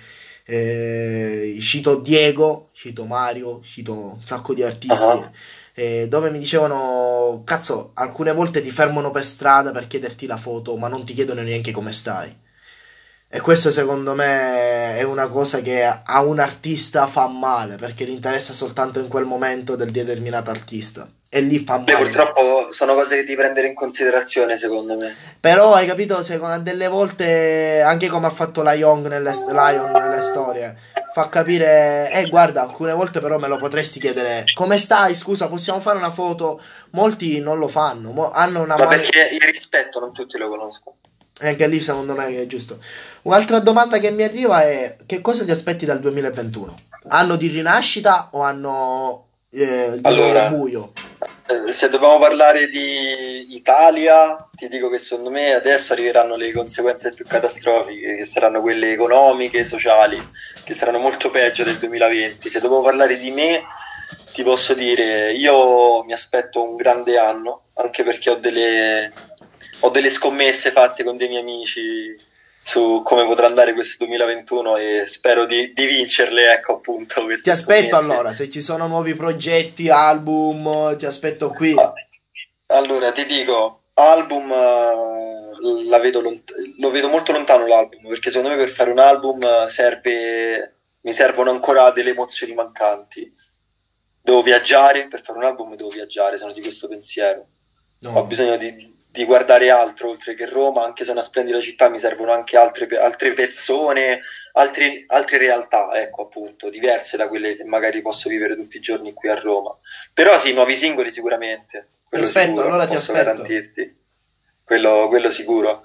[SPEAKER 1] Eh, cito Diego, cito Mario, cito un sacco di artisti,
[SPEAKER 2] Ah.
[SPEAKER 1] eh, dove mi dicevano, cazzo, alcune volte ti fermano per strada per chiederti la foto, ma non ti chiedono neanche come stai. E questo secondo me è una cosa che a un artista fa male, perché gli interessa soltanto in quel momento del determinato artista. E lì fa
[SPEAKER 2] Beh,
[SPEAKER 1] male.
[SPEAKER 2] purtroppo sono cose che devi prendere in considerazione, secondo me.
[SPEAKER 1] Però hai capito, secondo delle volte, anche come ha fatto la Young nelle, Lion nelle storie, fa capire, eh guarda, alcune volte però me lo potresti chiedere, come stai, scusa, possiamo fare una foto? Molti non lo fanno, mo- hanno una
[SPEAKER 2] Ma
[SPEAKER 1] male...
[SPEAKER 2] perché il rispetto non tutti lo conoscono.
[SPEAKER 1] E anche lì secondo me è giusto. Un'altra domanda che mi arriva è, che cosa ti aspetti dal duemilaventuno? Anno di rinascita o anno eh, di nuovo
[SPEAKER 2] Allora,
[SPEAKER 1] buio?
[SPEAKER 2] eh, se dobbiamo parlare di Italia, ti dico che secondo me adesso arriveranno le conseguenze più catastrofiche, che saranno quelle economiche, sociali, che saranno molto peggio del duemilaventi. Se dobbiamo parlare di me, ti posso dire, io mi aspetto un grande anno, anche perché ho delle, ho delle scommesse fatte con dei miei amici su come potrà andare questo duemilaventuno e spero di, di vincerle, ecco appunto
[SPEAKER 1] Ti
[SPEAKER 2] queste
[SPEAKER 1] aspetto
[SPEAKER 2] scommesse.
[SPEAKER 1] allora, se ci sono nuovi progetti, album, ti aspetto qui.
[SPEAKER 2] Allora, ti dico, album eh, la vedo lont- lo vedo molto lontano l'album, perché secondo me per fare un album eh, serve, mi servono ancora delle emozioni mancanti. Devo viaggiare, per fare un album devo viaggiare, sono di questo pensiero. Ho
[SPEAKER 1] No.
[SPEAKER 2] bisogno di, di guardare altro oltre che Roma, anche se è una splendida città, mi servono anche altre, pe- altre persone, altri- altre realtà, ecco appunto, diverse da quelle che magari posso vivere tutti i giorni qui a Roma. Però sì, nuovi singoli sicuramente,
[SPEAKER 1] Ti
[SPEAKER 2] quello
[SPEAKER 1] aspetto,
[SPEAKER 2] sicuro,
[SPEAKER 1] allora ti
[SPEAKER 2] posso
[SPEAKER 1] aspetto.
[SPEAKER 2] garantirti, quello, quello sicuro.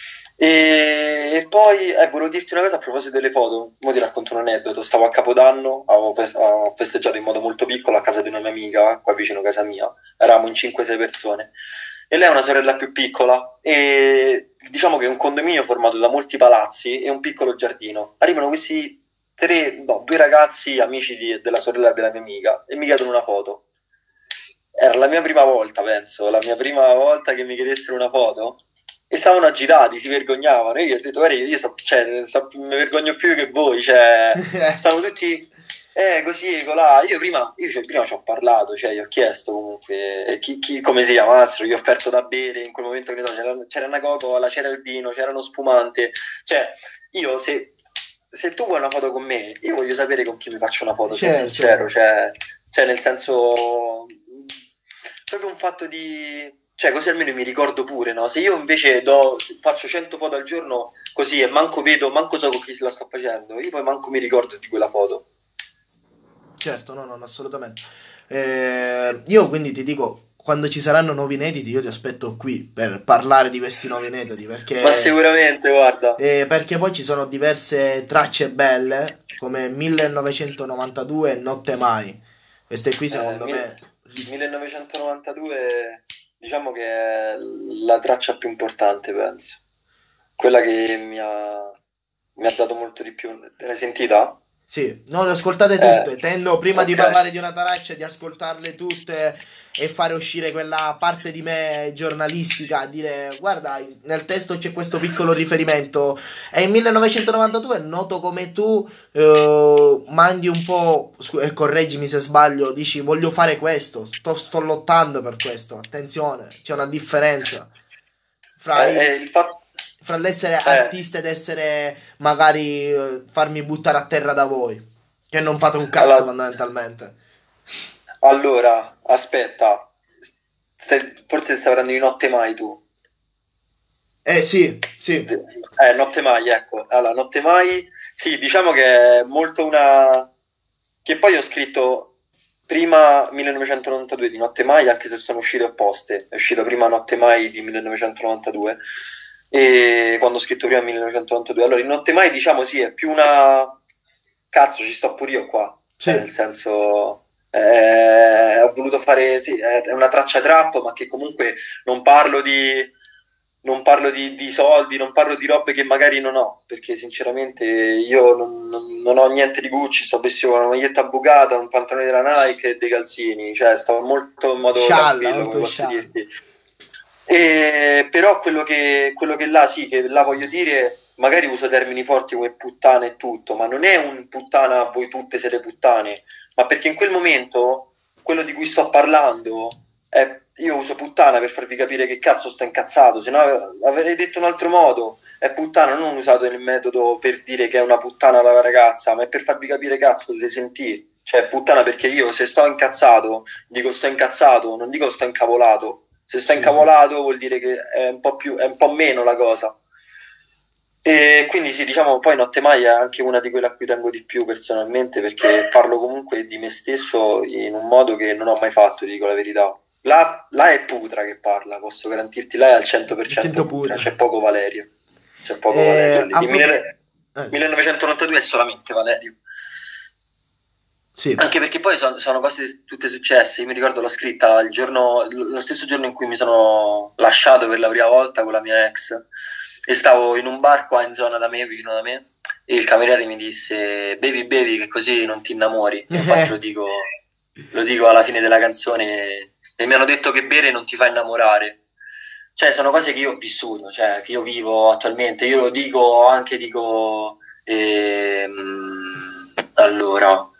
[SPEAKER 2] E, e poi eh, volevo dirti una cosa a proposito delle foto. Mo ti racconto un aneddoto. Stavo a Capodanno, avevo fe- ho festeggiato in modo molto piccolo a casa di una mia amica, qua vicino a casa mia. Eravamo in cinque sei persone. E lei è una sorella più piccola. E diciamo che è un condominio formato da molti palazzi e un piccolo giardino. Arrivano questi tre, no, due ragazzi amici di- della sorella della mia amica e mi chiedono una foto. Era la mia prima volta, penso, la mia prima volta che mi chiedessero una foto e stavano agitati, si vergognavano. E io ho detto, guarda, io so, cioè, so- mi vergogno più che voi, cioè, stavano tutti... Eh, così, colà. Io prima, io cioè, prima ci ho parlato, cioè gli ho chiesto comunque eh, chi, chi- come si chiamassero, gli ho offerto da bere in quel momento, che ne so, c'era, c'era una Coca-Cola, c'era il vino, c'era uno spumante. Cioè, io se, se tu vuoi una foto con me, io voglio sapere con chi mi faccio una foto, sono
[SPEAKER 1] Certo.
[SPEAKER 2] sincero, cioè, cioè nel senso, proprio un fatto di... Cioè, così almeno mi ricordo pure, no? Se io invece do, faccio cento foto al giorno così e manco vedo, manco so con chi la sto facendo, io poi manco mi ricordo di quella foto.
[SPEAKER 1] Certo, no, no, no, assolutamente. Eh, io quindi ti dico, quando ci saranno nuovi inediti, io ti aspetto qui per parlare di questi nuovi inediti,
[SPEAKER 2] Ma
[SPEAKER 1] perché,
[SPEAKER 2] sicuramente, guarda.
[SPEAKER 1] eh, perché poi ci sono diverse tracce belle, come millenovecentonovantadue e Notte Mai. Queste qui,
[SPEAKER 2] Eh,
[SPEAKER 1] secondo
[SPEAKER 2] mil-
[SPEAKER 1] me, ris-
[SPEAKER 2] millenovecentonovantadue, diciamo che è la traccia più importante, penso. Quella che mi ha, mi ha dato molto di più. L'hai sentita?
[SPEAKER 1] sì, no, le ascoltate
[SPEAKER 2] Eh,
[SPEAKER 1] tutte. Tendo prima di
[SPEAKER 2] ok.
[SPEAKER 1] parlare di una traccia di ascoltarle tutte e fare uscire quella parte di me giornalistica, a dire guarda, nel testo c'è questo piccolo riferimento. E in millenovecentonovantadue noto come tu eh, mandi un po', scu- e correggimi se sbaglio, dici voglio fare questo, sto, sto lottando per questo. Attenzione, c'è una differenza fra
[SPEAKER 2] Eh,
[SPEAKER 1] il
[SPEAKER 2] eh, il fatto...
[SPEAKER 1] fra l'essere
[SPEAKER 2] Eh,
[SPEAKER 1] artista ed essere magari eh, farmi buttare a terra da voi, che non fate un cazzo
[SPEAKER 2] allora,
[SPEAKER 1] fondamentalmente.
[SPEAKER 2] allora, aspetta. Stai- forse stai parlando di Notte Mai tu.
[SPEAKER 1] Eh sì, sì,
[SPEAKER 2] Eh, Notte Mai, ecco. Allora, Notte Mai, sì, diciamo che è molto una... Che poi ho scritto prima millenovecentonovantadue di Notte Mai, anche se sono uscite opposte. È uscito prima Notte Mai di millenovecentonovantadue, e quando ho scritto prima millenovecentonovantadue. Allora, in Notte Mai, diciamo, sì, è più una... Cazzo, ci sto pure io qua. Cioè, nel
[SPEAKER 1] sì,
[SPEAKER 2] senso... eh, ho voluto fare... Sì, è una traccia trap, ma che comunque non parlo di non parlo di, di soldi, non parlo di robe che magari non ho, perché sinceramente io non, non- non ho niente di Gucci, sto vestito con una maglietta bucata, un pantalone della Nike e dei calzini, cioè sto molto in modo
[SPEAKER 1] scialla,
[SPEAKER 2] tranquillo, come
[SPEAKER 1] molto
[SPEAKER 2] posso
[SPEAKER 1] scialla.
[SPEAKER 2] dirti. E, però quello che, quello che là, sì, che là voglio dire, magari uso termini forti come puttana e tutto, ma non è un puttana voi tutte siete puttane, ma perché in quel momento quello di cui sto parlando è, io uso puttana per farvi capire che cazzo sto incazzato, se no avrei detto in un altro modo, è puttana, non usato il metodo per dire che è una puttana la ragazza, ma è per farvi capire cazzo dovete sentire, cioè puttana perché io se sto incazzato dico sto incazzato, non dico sto incavolato. Se sto
[SPEAKER 1] Sì, sì.
[SPEAKER 2] incavolato vuol dire che è un po' più, è un po' meno la cosa. E quindi sì, diciamo, poi Notte Mai è anche una di quelle a cui tengo di più personalmente, perché parlo comunque di me stesso in un modo che non ho mai fatto, ti dico la verità. Là, là è Putra che parla, posso garantirti, là è al cento per
[SPEAKER 1] Il
[SPEAKER 2] cento
[SPEAKER 1] cento
[SPEAKER 2] Putra,
[SPEAKER 1] putra.
[SPEAKER 2] c'è poco Valerio. C'è poco Valerio
[SPEAKER 1] Eh,
[SPEAKER 2] lì.
[SPEAKER 1] a
[SPEAKER 2] Di
[SPEAKER 1] pro-
[SPEAKER 2] mille-
[SPEAKER 1] eh,
[SPEAKER 2] millenovecentonovantadue è solamente Valerio.
[SPEAKER 1] sì.
[SPEAKER 2] Anche perché poi son- sono cose tutte successe. Io mi ricordo l'ho scritta il giorno, lo stesso giorno in cui mi sono lasciato per la prima volta con la mia ex. E stavo in un bar qua in zona da me, vicino da me, e il cameriere mi disse bevi, bevi, che così non ti innamori. E infatti lo dico, lo dico alla fine della canzone. E mi hanno detto che bere non ti fa innamorare. Cioè, sono cose che io ho vissuto, cioè, che io vivo attualmente. Io lo dico anche, dico... ehm, allora...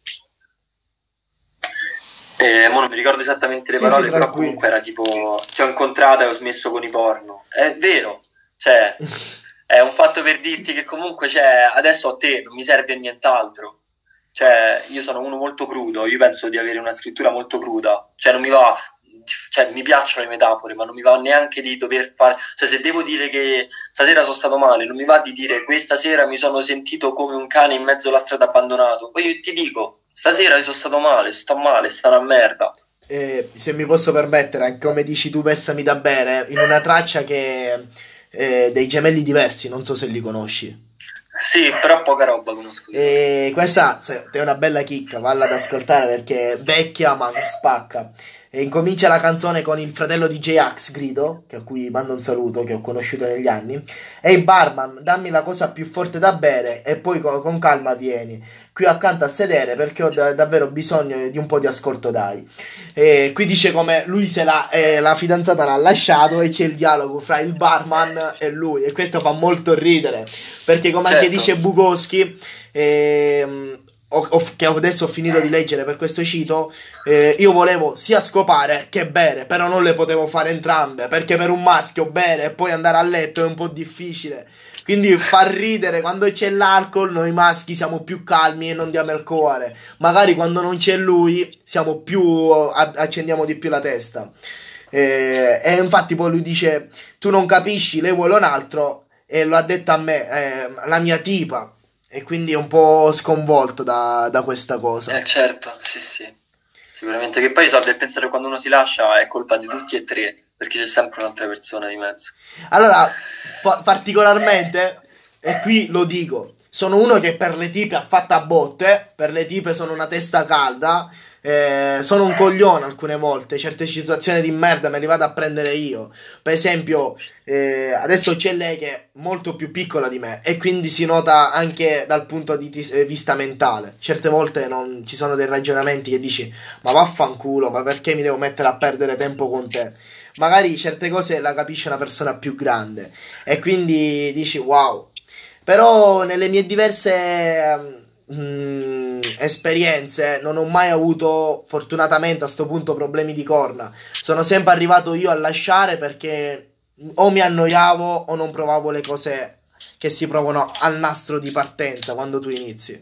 [SPEAKER 2] Eh, mo non mi ricordo esattamente le
[SPEAKER 1] Sì, sì,
[SPEAKER 2] parole, però
[SPEAKER 1] tranquillo.
[SPEAKER 2] comunque era tipo ti ho incontrata e ho smesso con i porno. È vero, cioè, è un fatto per dirti che comunque cioè, adesso a te non mi serve nient'altro. Cioè, io sono uno molto crudo, io penso di avere una scrittura molto cruda. Cioè, non mi va, cioè, mi piacciono le metafore, ma non mi va neanche di dover fare. Cioè, se devo dire che stasera sono stato male, non mi va di dire questa sera mi sono sentito come un cane in mezzo alla strada abbandonato. Poi io ti dico, stasera sono stato male, sto male, sta una merda.
[SPEAKER 1] Eh, se mi posso permettere, anche come dici tu, versami da bene, in una traccia che eh, dei Gemelli Diversi, non so se li conosci.
[SPEAKER 2] Sì, però poca roba conosco di loro.
[SPEAKER 1] E questa se- è una bella chicca, valla ad ascoltare perché è vecchia ma che spacca. E incomincia la canzone con il fratello di J-Ax, Grido, che a cui mando un saluto, che ho conosciuto negli anni. Ehi barman, dammi la cosa più forte da bere e poi con, con calma vieni qui accanto a sedere perché ho da- davvero bisogno di un po' di ascolto, dai. E qui dice come lui se la, eh, la fidanzata l'ha lasciato e c'è il dialogo fra il barman e lui e questo fa molto ridere perché come anche
[SPEAKER 2] Certo,
[SPEAKER 1] dice Bukowski, ehm, ho, ho, che adesso ho finito di leggere, per questo cito, eh, io volevo sia scopare che bere, però non le potevo fare entrambe, perché per un maschio bere e poi andare a letto è un po' difficile. Quindi fa ridere, quando c'è l'alcol noi maschi siamo più calmi e non diamo il cuore. Magari quando non c'è lui siamo più, accendiamo di più la testa. Eh, e infatti poi lui dice, tu non capisci, lei vuole un altro, e lo ha detto a me, eh, la mia tipa. E quindi è un po' sconvolto da, da questa cosa.
[SPEAKER 2] Eh certo, sì sì. Sicuramente, che poi so del pensare che quando uno si lascia è colpa di tutti e tre, perché c'è sempre un'altra persona di mezzo.
[SPEAKER 1] Allora, fa- particolarmente, e qui lo dico, sono uno che per le tipe ha fatto a botte, per le tipe sono una testa calda, eh, sono un coglione alcune volte, certe situazioni di merda me li vado a prendere io. Per esempio, eh, adesso c'è lei che è molto più piccola di me e quindi si nota anche dal punto di tis- eh, vista mentale. Certe volte non ci sono dei ragionamenti che dici, ma vaffanculo, ma perché mi devo mettere a perdere tempo con te? Magari certe cose la capisce una persona più grande e quindi dici wow. Però nelle mie diverse mm, esperienze non ho mai avuto fortunatamente a sto punto problemi di corna. Sono sempre arrivato io a lasciare perché o mi annoiavo o non provavo le cose che si provano al nastro di partenza quando tu inizi.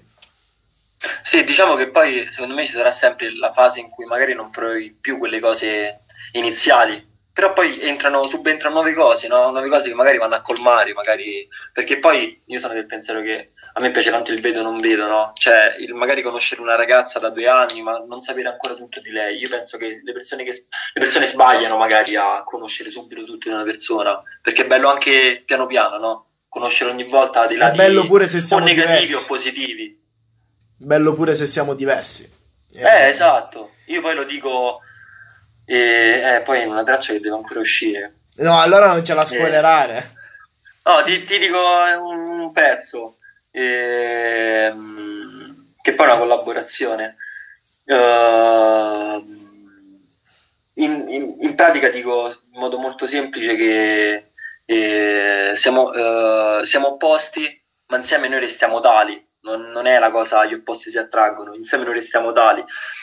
[SPEAKER 2] Sì, diciamo che poi secondo me ci sarà sempre la fase in cui magari non provi più quelle cose iniziali, però poi entrano, subentrano nuove cose, no? Nuove cose che magari vanno a colmare, magari, perché poi io sono del pensiero che a me piace tanto il vedo non vedo, no? Cioè, il magari conoscere una ragazza da due anni, ma non sapere ancora tutto di lei. Io penso che le persone, che, le persone sbagliano magari a conoscere subito tutto di una persona, perché è bello anche piano piano, no? Conoscere ogni volta dei
[SPEAKER 1] È
[SPEAKER 2] lati
[SPEAKER 1] bello pure se
[SPEAKER 2] o
[SPEAKER 1] siamo
[SPEAKER 2] negativi
[SPEAKER 1] diversi.
[SPEAKER 2] o positivi.
[SPEAKER 1] Bello pure se siamo diversi.
[SPEAKER 2] Eh, esatto. Io poi lo dico, e eh, poi è una traccia che deve ancora uscire.
[SPEAKER 1] No, allora non ce la
[SPEAKER 2] Eh,
[SPEAKER 1] spoilerare.
[SPEAKER 2] no, ti, ti dico un, un pezzo, ehm, che poi è una collaborazione. Uh, in, in, in pratica dico in modo molto semplice che eh, siamo, uh, siamo opposti, ma insieme noi restiamo tali. Non, non è la cosa gli opposti si attraggono, insieme noi restiamo tali.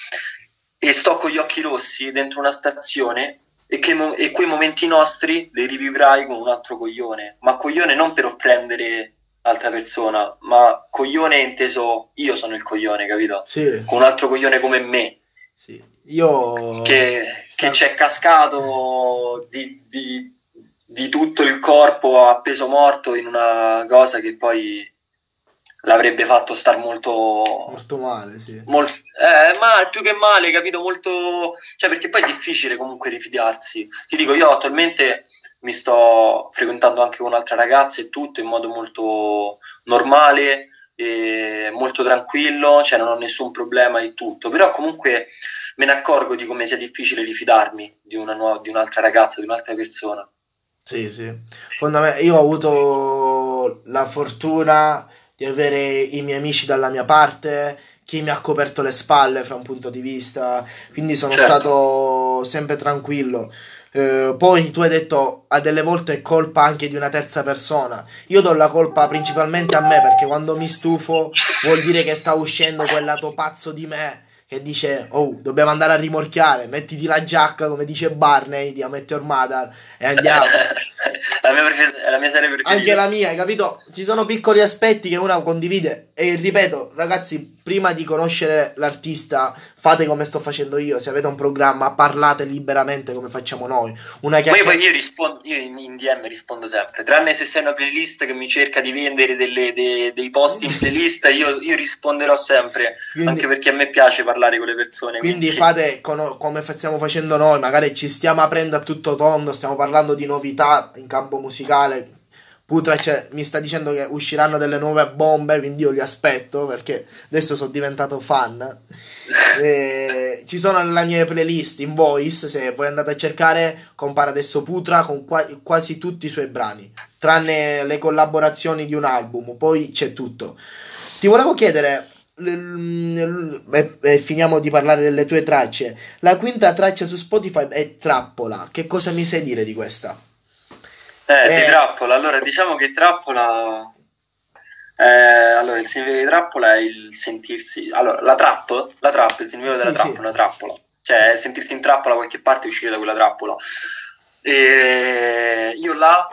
[SPEAKER 2] E sto con gli occhi rossi dentro una stazione e, che, e quei momenti nostri li rivivrai con un altro coglione, ma coglione non per offendere l'altra persona, ma coglione inteso io sono il coglione, capito?
[SPEAKER 1] Sì.
[SPEAKER 2] Con un altro coglione come me.
[SPEAKER 1] Sì. Io
[SPEAKER 2] che,
[SPEAKER 1] sta...
[SPEAKER 2] che c'è cascato di, di, di tutto il corpo a peso morto in una cosa che poi l'avrebbe fatto star molto
[SPEAKER 1] molto male, sì.
[SPEAKER 2] Molto, eh, ma più che male, capito? Molto, cioè, perché poi è difficile comunque rifidarsi. Ti dico, io attualmente mi sto frequentando anche con un'altra ragazza e tutto in modo molto normale e molto tranquillo, cioè non ho nessun problema e tutto, però comunque me ne accorgo di come sia difficile rifidarmi di una nuova, di un'altra ragazza, di un'altra persona.
[SPEAKER 1] Sì, sì. Fondament- io ho avuto la fortuna di avere i miei amici dalla mia parte, chi mi ha coperto le spalle fra un punto di vista, quindi sono
[SPEAKER 2] Certo.
[SPEAKER 1] stato sempre tranquillo. Eh, poi tu hai detto a delle volte è colpa anche di una terza persona. Io do la colpa principalmente a me perché quando mi stufo vuol dire che sta uscendo quel lato pazzo di me che dice oh dobbiamo andare a rimorchiare, mettiti la giacca come dice Barney di How I Met Your Mother e andiamo.
[SPEAKER 2] la, mia prefer- la mia serie preferita.
[SPEAKER 1] Anche la mia, hai capito? Ci sono piccoli aspetti che una condivide e ripeto ragazzi, prima di conoscere l'artista fate come sto facendo io, se avete un programma parlate liberamente come facciamo noi. Una
[SPEAKER 2] Ma io
[SPEAKER 1] chiacchiera...
[SPEAKER 2] poi io rispondo, io in, in D M rispondo sempre, tranne se sei una playlist che mi cerca di vendere delle, de, dei post in playlist, io, io risponderò sempre,
[SPEAKER 1] Quindi-
[SPEAKER 2] anche perché a me piace parlare con le persone.
[SPEAKER 1] Quindi fate con- come stiamo facendo noi, magari ci stiamo aprendo a tutto tondo, stiamo parlando di novità in campo musicale. Putra cioè, mi sta dicendo che usciranno delle nuove bombe, quindi io li aspetto perché adesso sono diventato fan. E ci sono nella mia playlist in voice, se voi andate a cercare compare adesso Putra con qua- quasi tutti i suoi brani, tranne le collaborazioni di un album, poi c'è tutto. Ti volevo chiedere l- l- e, e finiamo di parlare delle tue tracce. La quinta traccia su Spotify è Trappola, che cosa mi sai dire di questa?
[SPEAKER 2] Eh,
[SPEAKER 1] Eh.
[SPEAKER 2] di Trappola, allora diciamo che Trappola Eh, allora, il significato di trappola è il sentirsi... Allora, la trap, la trap, il significato
[SPEAKER 1] Sì,
[SPEAKER 2] della trap
[SPEAKER 1] sì.
[SPEAKER 2] è una trappola. Cioè,
[SPEAKER 1] Sì.
[SPEAKER 2] sentirsi in trappola da qualche parte e uscire da quella trappola. E io là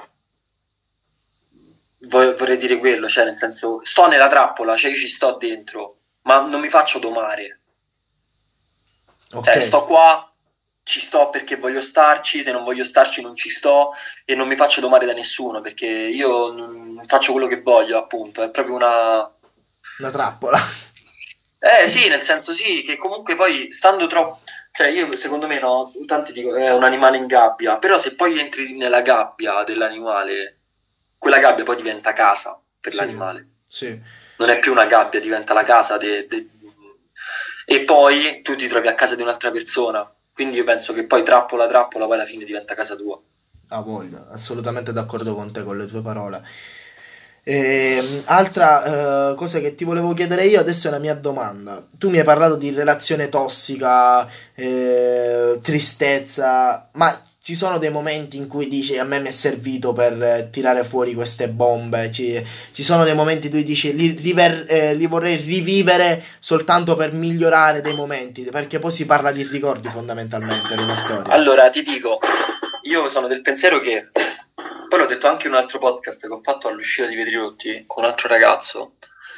[SPEAKER 2] vo- vorrei dire quello, cioè nel senso, sto nella trappola, cioè io ci sto dentro, ma non mi faccio domare.
[SPEAKER 1] Ok.
[SPEAKER 2] Cioè, sto qua, ci sto perché voglio starci, se non voglio starci non ci sto e non mi faccio domare da nessuno perché io non faccio quello che voglio, appunto. È proprio una...
[SPEAKER 1] Una trappola.
[SPEAKER 2] Eh sì, nel senso sì, che comunque poi stando troppo... Cioè io secondo me no, tanti dicono è un animale in gabbia, però se poi entri nella gabbia dell'animale, quella gabbia poi diventa casa per
[SPEAKER 1] Sì,
[SPEAKER 2] l'animale.
[SPEAKER 1] sì.
[SPEAKER 2] Non è più una gabbia, diventa la casa de- de- e poi tu ti trovi a casa di un'altra persona. Quindi io penso che poi trappola trappola poi alla fine diventa casa tua.
[SPEAKER 1] Ah, voglia, assolutamente d'accordo con te, con le tue parole. Ehm, altra eh, cosa che ti volevo chiedere io adesso è la mia domanda. Tu mi hai parlato di relazione tossica, eh, tristezza, ma ci sono dei momenti in cui dici a me mi è servito per eh, tirare fuori queste bombe? Ci, ci sono dei momenti in cui dici li, river- eh, li vorrei rivivere soltanto per migliorare dei momenti, perché poi si parla di ricordi fondamentalmente in una storia.
[SPEAKER 2] Allora, ti dico, io sono del pensiero che, poi l'ho detto anche in un altro podcast che ho fatto all'uscita di Vetri Rotti con un altro ragazzo,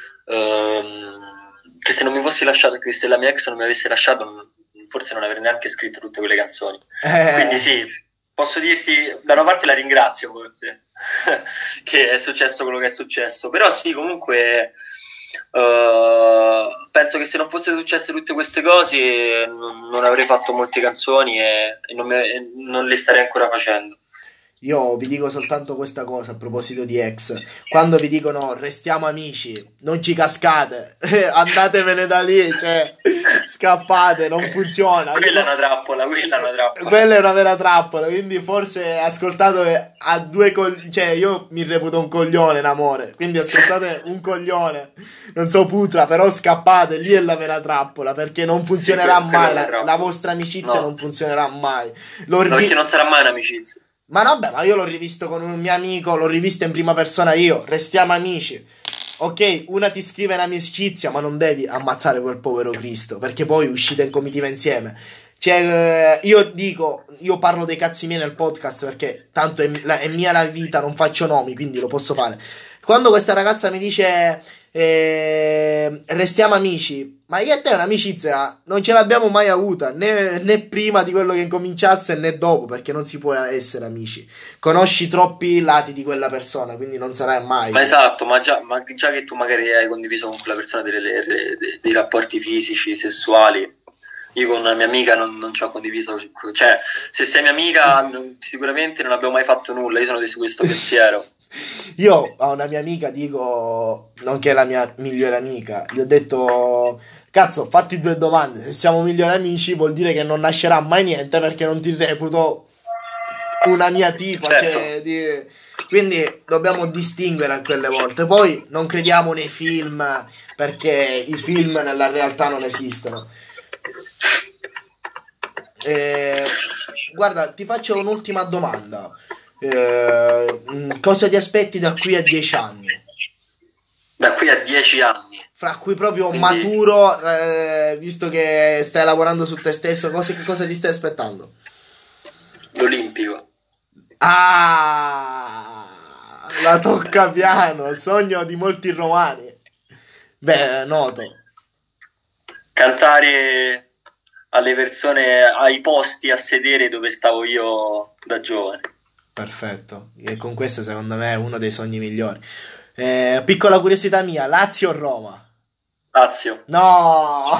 [SPEAKER 2] ehm, che se non mi fossi lasciato, che se la mia ex non mi avesse lasciato, non- forse non avrei neanche scritto tutte quelle canzoni.
[SPEAKER 1] Eh,
[SPEAKER 2] Quindi sì, posso dirti, da una parte la ringrazio forse, che è successo quello che è successo, però sì, comunque eh, penso che se non fossero successe tutte queste cose non, non avrei fatto molte canzoni e, e non, me- e non le starei ancora facendo.
[SPEAKER 1] Io vi dico soltanto questa cosa a proposito di ex. Quando vi dicono restiamo amici, non ci cascate, andatevene da lì, cioè scappate, non funziona. Io
[SPEAKER 2] Quella è
[SPEAKER 1] no-
[SPEAKER 2] una trappola, quella è una trappola.
[SPEAKER 1] Quella è una vera trappola, quindi forse ascoltate a due coglioni, cioè io mi reputo un coglione in amore, quindi ascoltate un coglione, non so putra, però scappate, lì è la vera trappola, perché non
[SPEAKER 2] Sì,
[SPEAKER 1] funzionerà
[SPEAKER 2] que- quella è
[SPEAKER 1] mai,
[SPEAKER 2] una
[SPEAKER 1] la, la
[SPEAKER 2] trappola.
[SPEAKER 1] vostra amicizia non
[SPEAKER 2] No,
[SPEAKER 1] funzionerà mai. L'ho
[SPEAKER 2] no, perché
[SPEAKER 1] rivi-
[SPEAKER 2] non sarà mai un'amicizia.
[SPEAKER 1] ma no, beh, ma io l'ho rivisto con un mio amico, l'ho rivisto in prima persona io, restiamo amici. Ok, una ti scrive in amicizia, ma non devi ammazzare quel povero Cristo, perché poi uscite in comitiva insieme. Cioè, eh, io dico, io parlo dei cazzi miei nel podcast perché tanto è, la- è mia la vita, non faccio nomi, quindi lo posso fare. Quando questa ragazza mi dice eh, restiamo amici, ma io e te un'amicizia non ce l'abbiamo mai avuta, né, né prima di quello che incominciasse né dopo, perché non si può essere amici. Conosci troppi lati di quella persona, quindi non sarai mai.
[SPEAKER 2] Ma esatto, ma già, ma già che tu magari hai condiviso con quella persona delle- delle- de- dei rapporti fisici, sessuali, io con una mia amica non, non ci ho condiviso, cioè se sei mia amica non- sicuramente non abbiamo mai fatto nulla, io sono di su questo pensiero.
[SPEAKER 1] Io a una mia amica dico, nonché la mia migliore amica, gli ho detto, cazzo, fatti due domande, se siamo migliori amici vuol dire che non nascerà mai niente perché non ti reputo una mia tipa,
[SPEAKER 2] Certo,
[SPEAKER 1] cioè, di- quindi dobbiamo distinguere a quelle volte. Poi non crediamo nei film perché i film nella realtà non esistono. Eh, guarda, ti faccio un'ultima domanda. Eh, mh, cosa ti aspetti da qui a dieci anni?
[SPEAKER 2] da qui a dieci anni,
[SPEAKER 1] Fra cui proprio
[SPEAKER 2] quindi
[SPEAKER 1] maturo, eh, visto che stai lavorando su te stesso, cosa, che cosa ti stai aspettando?
[SPEAKER 2] l'Olimpico.
[SPEAKER 1] Ah, la tocca piano, sogno di molti romani. Beh, noto.
[SPEAKER 2] Cantare alle persone ai posti a sedere dove stavo io da giovane.
[SPEAKER 1] Perfetto. E con questo secondo me è uno dei sogni migliori. Eh, piccola curiosità mia, Lazio o Roma?
[SPEAKER 2] Lazio,
[SPEAKER 1] No!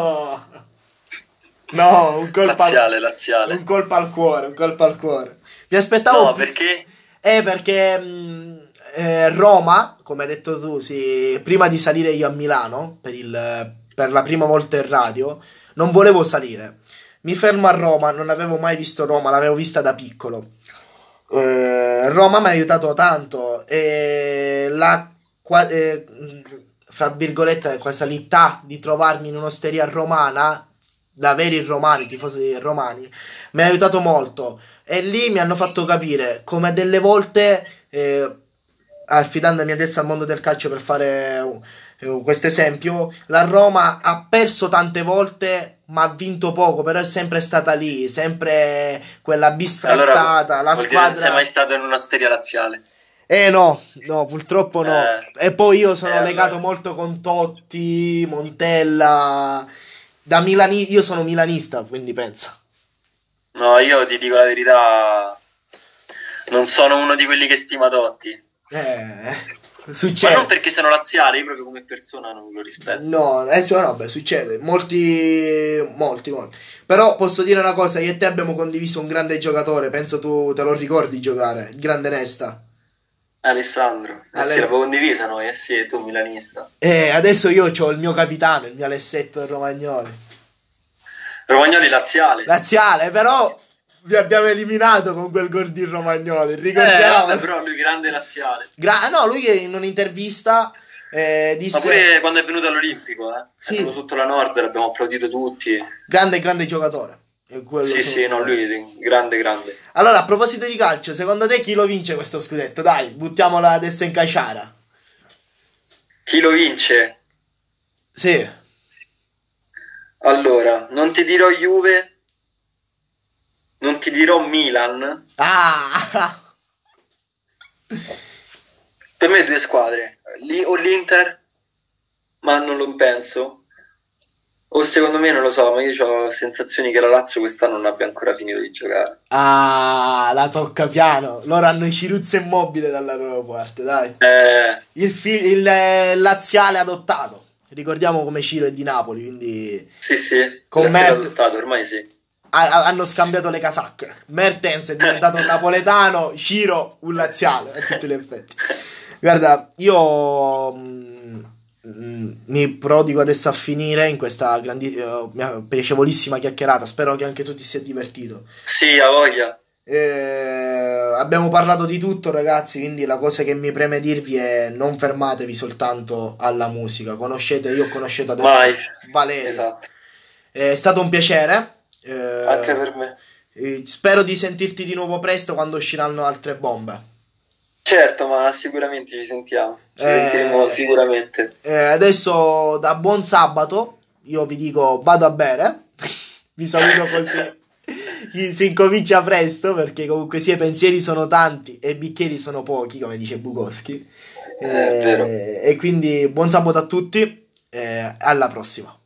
[SPEAKER 1] No, un colpo al,
[SPEAKER 2] laziale,
[SPEAKER 1] un
[SPEAKER 2] laziale.
[SPEAKER 1] colpo al cuore, un colpo al cuore. Mi aspettavo
[SPEAKER 2] No,
[SPEAKER 1] più...
[SPEAKER 2] perché?
[SPEAKER 1] Eh, perché mh, eh, Roma, come hai detto tu, sì, prima di salire io a Milano, per, il, per la prima volta in radio, non volevo salire. Mi fermo a Roma, non avevo mai visto Roma, l'avevo vista da piccolo. Eh, Roma mi ha aiutato tanto e la, qua- eh, fra virgolette, qualità di trovarmi in un'osteria romana, da veri romani, tifosi romani, mi ha aiutato molto. E lì mi hanno fatto capire come delle volte eh, affidandomi adesso al mondo del calcio per fare uh, questo esempio, la Roma ha perso tante volte ma ha vinto poco, però è sempre stata lì, sempre quella bisfrattata,
[SPEAKER 2] allora,
[SPEAKER 1] la
[SPEAKER 2] vuol
[SPEAKER 1] squadra...
[SPEAKER 2] dire non sei mai stato in un'osteria laziale?
[SPEAKER 1] Eh no, no, purtroppo no.
[SPEAKER 2] Eh,
[SPEAKER 1] E poi io sono
[SPEAKER 2] eh,
[SPEAKER 1] legato
[SPEAKER 2] allora.
[SPEAKER 1] molto con Totti, Montella, da Milani, io sono milanista, quindi pensa.
[SPEAKER 2] No, io ti dico la verità, non sono uno di quelli che stima Totti.
[SPEAKER 1] Eh,
[SPEAKER 2] Ma
[SPEAKER 1] succede.
[SPEAKER 2] non perché sono laziale, io proprio come persona non lo rispetto.
[SPEAKER 1] No, eh, sì, no, beh, succede, molti, molti, molti. Però posso dire una cosa, io e te abbiamo condiviso un grande giocatore, penso tu te lo ricordi giocare, il grande Nesta.
[SPEAKER 2] Alessandro, eh
[SPEAKER 1] Ale-
[SPEAKER 2] sì, l'avevo condivisa noi, eh sì, tu milanista.
[SPEAKER 1] E adesso io ho il mio capitano, il mio Alessetto Romagnoli.
[SPEAKER 2] Romagnoli laziale.
[SPEAKER 1] Laziale, però vi abbiamo eliminato con quel gol di Romagnoli,
[SPEAKER 2] Eh,
[SPEAKER 1] ricordiamo.
[SPEAKER 2] vabbè, però lui grande laziale.
[SPEAKER 1] Gra- no, lui in un'intervista eh,
[SPEAKER 2] Ma
[SPEAKER 1] disse
[SPEAKER 2] pure quando è venuto all'Olimpico, eh,
[SPEAKER 1] Sì.
[SPEAKER 2] è venuto sotto la Nord, l'abbiamo applaudito tutti.
[SPEAKER 1] grande, grande giocatore. E quello
[SPEAKER 2] Sì,
[SPEAKER 1] sono-
[SPEAKER 2] sì, no, lui grande, grande.
[SPEAKER 1] Allora, a proposito di calcio, secondo te chi lo vince questo scudetto? Dai, buttiamola adesso in caciara.
[SPEAKER 2] Chi lo vince?
[SPEAKER 1] Sì.
[SPEAKER 2] Allora, non ti dirò Juve, non ti dirò Milan.
[SPEAKER 1] Ah!
[SPEAKER 2] Per me due squadre, lì o l'Inter, ma non lo penso. O secondo me non lo so, ma io ho sensazioni che la Lazio quest'anno non abbia ancora finito di giocare.
[SPEAKER 1] Ah, la tocca piano. Loro hanno i Ciruzzo Immobile dalla loro parte, dai.
[SPEAKER 2] Eh,
[SPEAKER 1] Il, fi- il eh, laziale adottato. Ricordiamo come Ciro è di Napoli, quindi
[SPEAKER 2] sì, sì,
[SPEAKER 1] Con
[SPEAKER 2] grazie
[SPEAKER 1] Mert-
[SPEAKER 2] all'adottato, ormai sì.
[SPEAKER 1] ha- ha- hanno scambiato le casacche. Mertens è diventato un napoletano, Ciro un laziale a tutti gli effetti. Guarda, io mm, mm, mi prodigo adesso a finire in questa grandi- eh, mia piacevolissima chiacchierata. Spero che anche tu ti sia divertito.
[SPEAKER 2] Sì, a voglia.
[SPEAKER 1] Eh, abbiamo parlato di tutto, ragazzi, quindi la cosa che mi preme dirvi è non fermatevi soltanto alla musica. Conoscete, io ho conosciuto adesso
[SPEAKER 2] Mai.
[SPEAKER 1] Valerio.
[SPEAKER 2] Esatto.
[SPEAKER 1] È stato un piacere. Eh,
[SPEAKER 2] Anche per me.
[SPEAKER 1] eh, spero di sentirti di nuovo presto quando usciranno altre bombe.
[SPEAKER 2] Certo, ma sicuramente ci sentiamo. Ci
[SPEAKER 1] Eh,
[SPEAKER 2] sentiremo sicuramente.
[SPEAKER 1] Eh, adesso da buon sabato io vi dico vado a bere. Vi saluto così. Si incomincia presto perché comunque sia i pensieri sono tanti e i bicchieri sono pochi, come dice Bukowski.
[SPEAKER 2] Eh, è vero.
[SPEAKER 1] Eh, e quindi buon sabato a tutti e alla prossima.